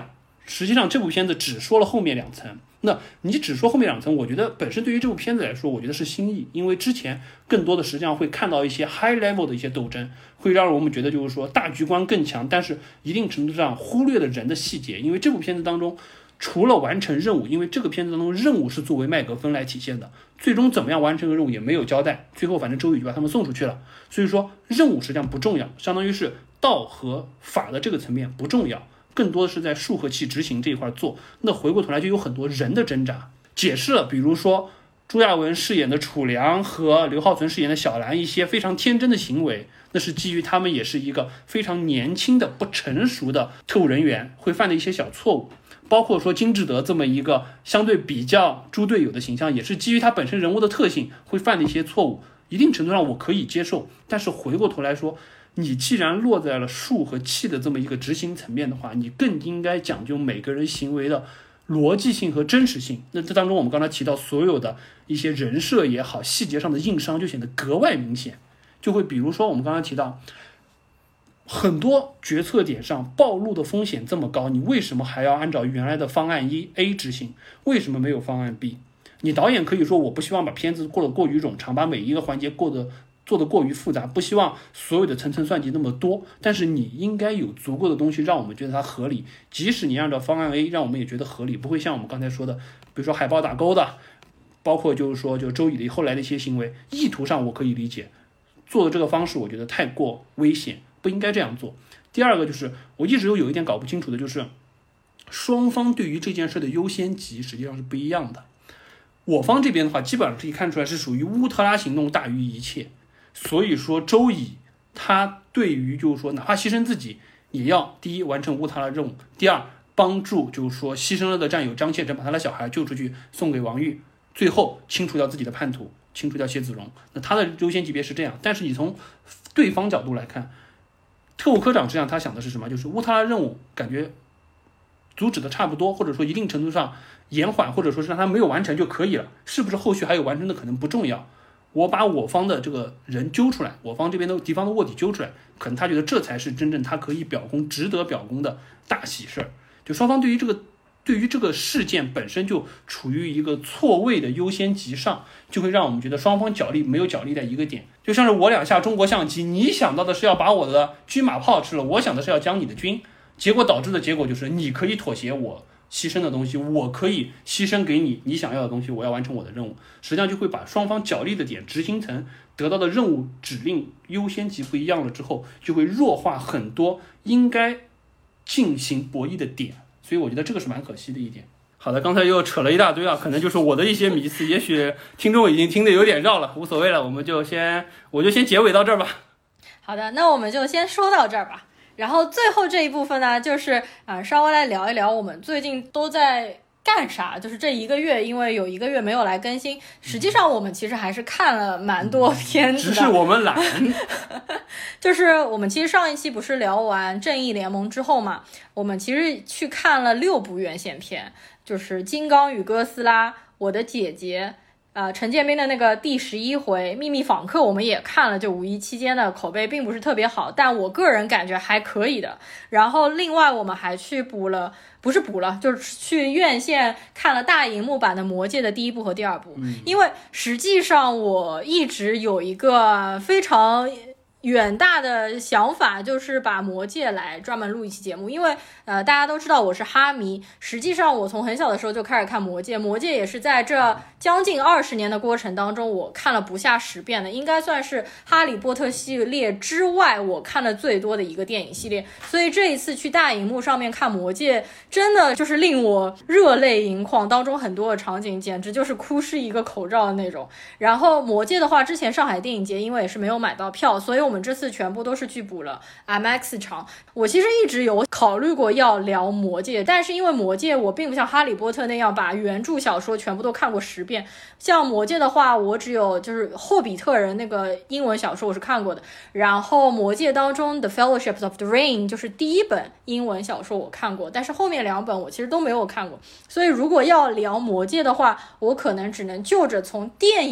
S2: 实际上这部片子只说了后面两层。那你只说后面两层，我觉得本身对于这部片子来说，我觉得是新意，因为之前更多的实际上会看到一些 high level 的一些斗争，会让我们觉得就是说大局观更强，但是一定程度上忽略了人的细节。因为这部片子当中，除了完成任务，因为这个片子当中任务是作为麦格芬来体现的，最终怎么样完成个任务也没有交代，最后反正周瑜就把他们送出去了。所以说任务实际上不重要，相当于是道和法的这个层面不重要，更多的是在术和气执行这一块做。那回过头来就有很多人的挣扎，解释了比如说朱亚文饰演的楚良和刘浩存饰演的小兰一些非常天真的行为，那是基于他们也是一个非常年轻的不成熟的特务人员会犯的一些小错误。包括说金志德这么一个相对比较猪队友的形象，也是基于他本身人物的特性会犯的一些错误，一定程度上我可以接受。但是回过头来说，你既然落在了术和气的这么一个执行层面的话，你更应该讲究每个人行为的逻辑性和真实性。那这当中我们刚才提到所有的一些人设也好，细节上的硬伤就显得格外明显。就会比如说我们刚才提到很多决策点上暴露的风险这么高，你为什么还要按照原来的方案一 A 执行？为什么没有方案 B？ 你导演可以说我不希望把片子过得过于冗长，把每一个环节过得做得过于复杂，不希望所有的层层算计那么多，但是你应该有足够的东西让我们觉得它合理。即使你按照方案 A 让我们也觉得合理，不会像我们刚才说的，比如说海报打勾的，包括就是说就周乙的后来的一些行为，意图上我可以理解，做的这个方式我觉得太过危险，不应该这样做。第二个就是我一直有一点搞不清楚的，就是双方对于这件事的优先级实际上是不一样的。我方这边的话基本上可以看出来是属于乌特拉行动大于一切，所以说周乙他对于就是说哪怕牺牲自己也要第一完成乌特拉任务，第二帮助就是说牺牲了的战友张宪成把他的小孩救出去送给王玉，最后清除掉自己的叛徒，清除掉谢子荣。那他的优先级别是这样，但是你从对方角度来看，特务科长实际上他想的是什么？就是乌特拉任务感觉阻止的差不多，或者说一定程度上延缓，或者说是让他没有完成就可以了，是不是后续还有完成的可能不重要，我把我方的这个人揪出来，我方这边的敌方的卧底揪出来，可能他觉得这才是真正他可以表功值得表功的大喜事儿。就双方对于这个对于这个事件本身就处于一个错位的优先级上，就会让我们觉得双方角力没有角力在一个点。就像是我两下中国象棋，你想到的是要把我的军马炮吃了，我想的是要将你的军，结果导致的结果就是你可以妥协我牺牲的东西，我可以牺牲给你你想要的东西，我要完成我的任务，实际上就会把双方角力的点执行层得到的任务指令优先级不一样了之后，就会弱化很多应该进行博弈的点，所以我觉得这个是蛮可惜的一点。好的，刚才又扯了一大堆啊，可能就是我的一些迷思，也许听众已经听得有点绕了，无所谓了，我们就先我就先结尾到这儿吧。
S1: 好的，那我们就先说到这儿吧。然后最后这一部分呢，就是啊、呃，稍微来聊一聊我们最近都在干啥。就是这一个月，因为有一个月没有来更新，实际上我们其实还是看了蛮多片子的，
S2: 只是我们懒。
S1: 就是我们其实上一期不是聊完正义联盟之后嘛，我们其实去看了六部院线片，就是金刚与哥斯拉、我的姐姐，呃，陈建斌的那个第十一回秘密访客我们也看了，就五一期间的口碑并不是特别好，但我个人感觉还可以的。然后另外我们还去补了，不是补了，就是去院线看了大荧幕版的魔戒的第一部和第二部、嗯、因为实际上我一直有一个非常远大的想法，就是把魔戒来专门录一期节目。因为呃，大家都知道我是哈迷，实际上我从很小的时候就开始看魔戒，魔戒也是在这将近二十年的过程当中我看了不下十遍的，应该算是哈利波特系列之外我看的最多的一个电影系列。所以这一次去大荧幕上面看魔戒，真的就是令我热泪盈眶，当中很多的场景简直就是哭湿一个口罩的那种。然后魔戒的话，之前上海电影节因为也是没有买到票，所以我们我们这次全部都是去补了 M X 场。我其实一直有考虑过要聊魔戒，但是因为魔戒我并不像哈利波特那样把原著小说全部都看过十遍，像魔戒的话我只有就是霍比特人那个英文小说我是看过的，然后魔戒当中 The Fellowship of the Ring 就是第一本英文小说我看过，但是后面两本我其实都没有看过。所以如果要聊魔戒的话，我可能只能就着从电影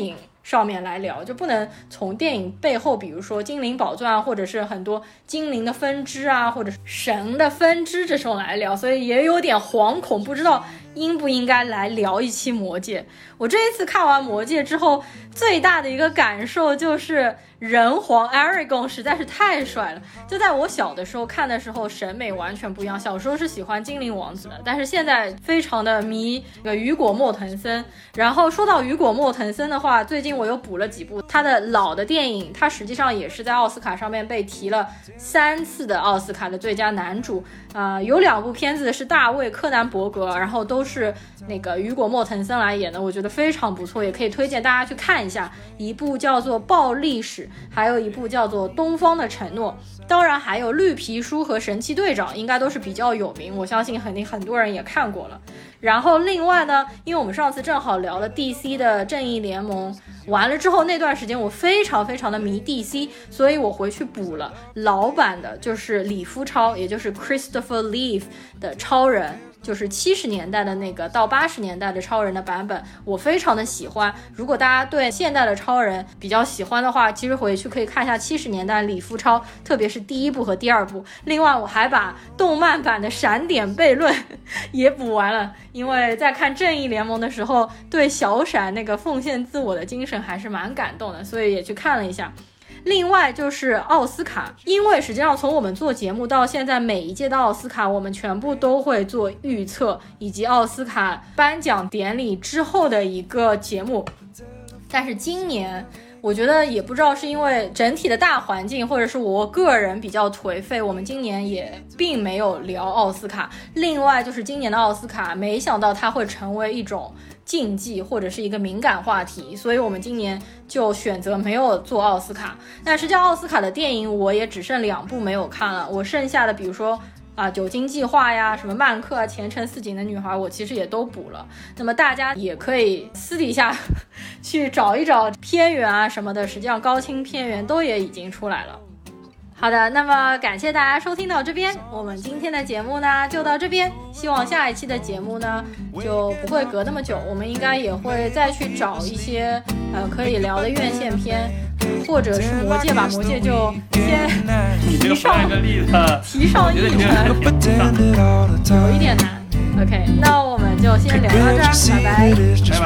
S1: 上面来聊，就不能从电影背后，比如说精灵宝钻或者是很多精灵的分支啊，或者是神的分支这种来聊，所以也有点惶恐，不知道应不应该来聊一期魔戒。我这一次看完魔戒之后，最大的一个感受就是人皇 Aragorn 实在是太帅了。就在我小的时候看的时候，审美完全不一样，小时候是喜欢精灵王子的，但是现在非常的迷雨果莫腾森。然后说到雨果莫腾森的话，最近我又补了几部他的老的电影，他实际上也是在奥斯卡上面被提了三次的奥斯卡的最佳男主。呃，有两部片子是大卫柯南伯格，然后都是那个雨果莫腾森来演的，我觉得非常不错，也可以推荐大家去看一下。一部叫做《暴力史》，还有一部叫做《东方的承诺》，当然还有《绿皮书》和《神奇队长》，应该都是比较有名，我相信肯定很多人也看过了。然后另外呢，因为我们上次正好聊了 D C 的正义联盟，完了之后那段时间我非常非常的迷 D C， 所以我回去补了老版的，就是李夫超，也就是 Christopher Reeve 的超人，就是七十年代的那个到八十年代的超人的版本，我非常的喜欢。如果大家对现代的超人比较喜欢的话，其实回去可以看一下七十年代李夫超，特别是第一部和第二部。另外我还把动漫版的闪点悖论也补完了，因为在看正义联盟的时候，对小闪那个奉献自我的精神还是蛮感动的，所以也去看了一下。另外就是奥斯卡，因为实际上从我们做节目到现在，每一届的奥斯卡我们全部都会做预测，以及奥斯卡颁奖典礼之后的一个节目。但是今年我觉得也不知道是因为整体的大环境，或者是我个人比较颓废，我们今年也并没有聊奥斯卡。另外就是今年的奥斯卡，没想到它会成为一种禁忌或者是一个敏感话题，所以我们今年就选择没有做奥斯卡。那实际上奥斯卡的电影我也只剩两部没有看了，我剩下的比如说啊，酒精计划呀，什么曼克啊，前程似锦的女孩，我其实也都补了。那么大家也可以私底下去找一找片源啊什么的，实际上高清片源都也已经出来了。好的，那么感谢大家收听到这边，我们今天的节目呢就到这边，希望下一期的节目呢就不会隔那么久，我们应该也会再去找一些呃可以聊的院线片，或者是魔戒吧，魔戒就先提上提上议程，有一点难。OK， 那我们就先聊到这儿，拜拜，拜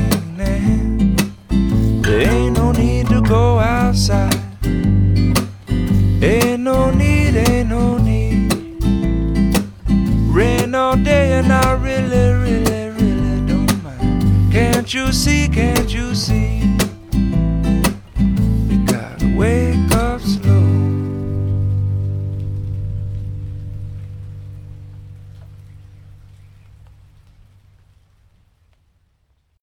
S1: 拜。
S3: Ain't no need, ain't no need. Rain all day and I really, really, really don't mind. Can't you see, can't you see?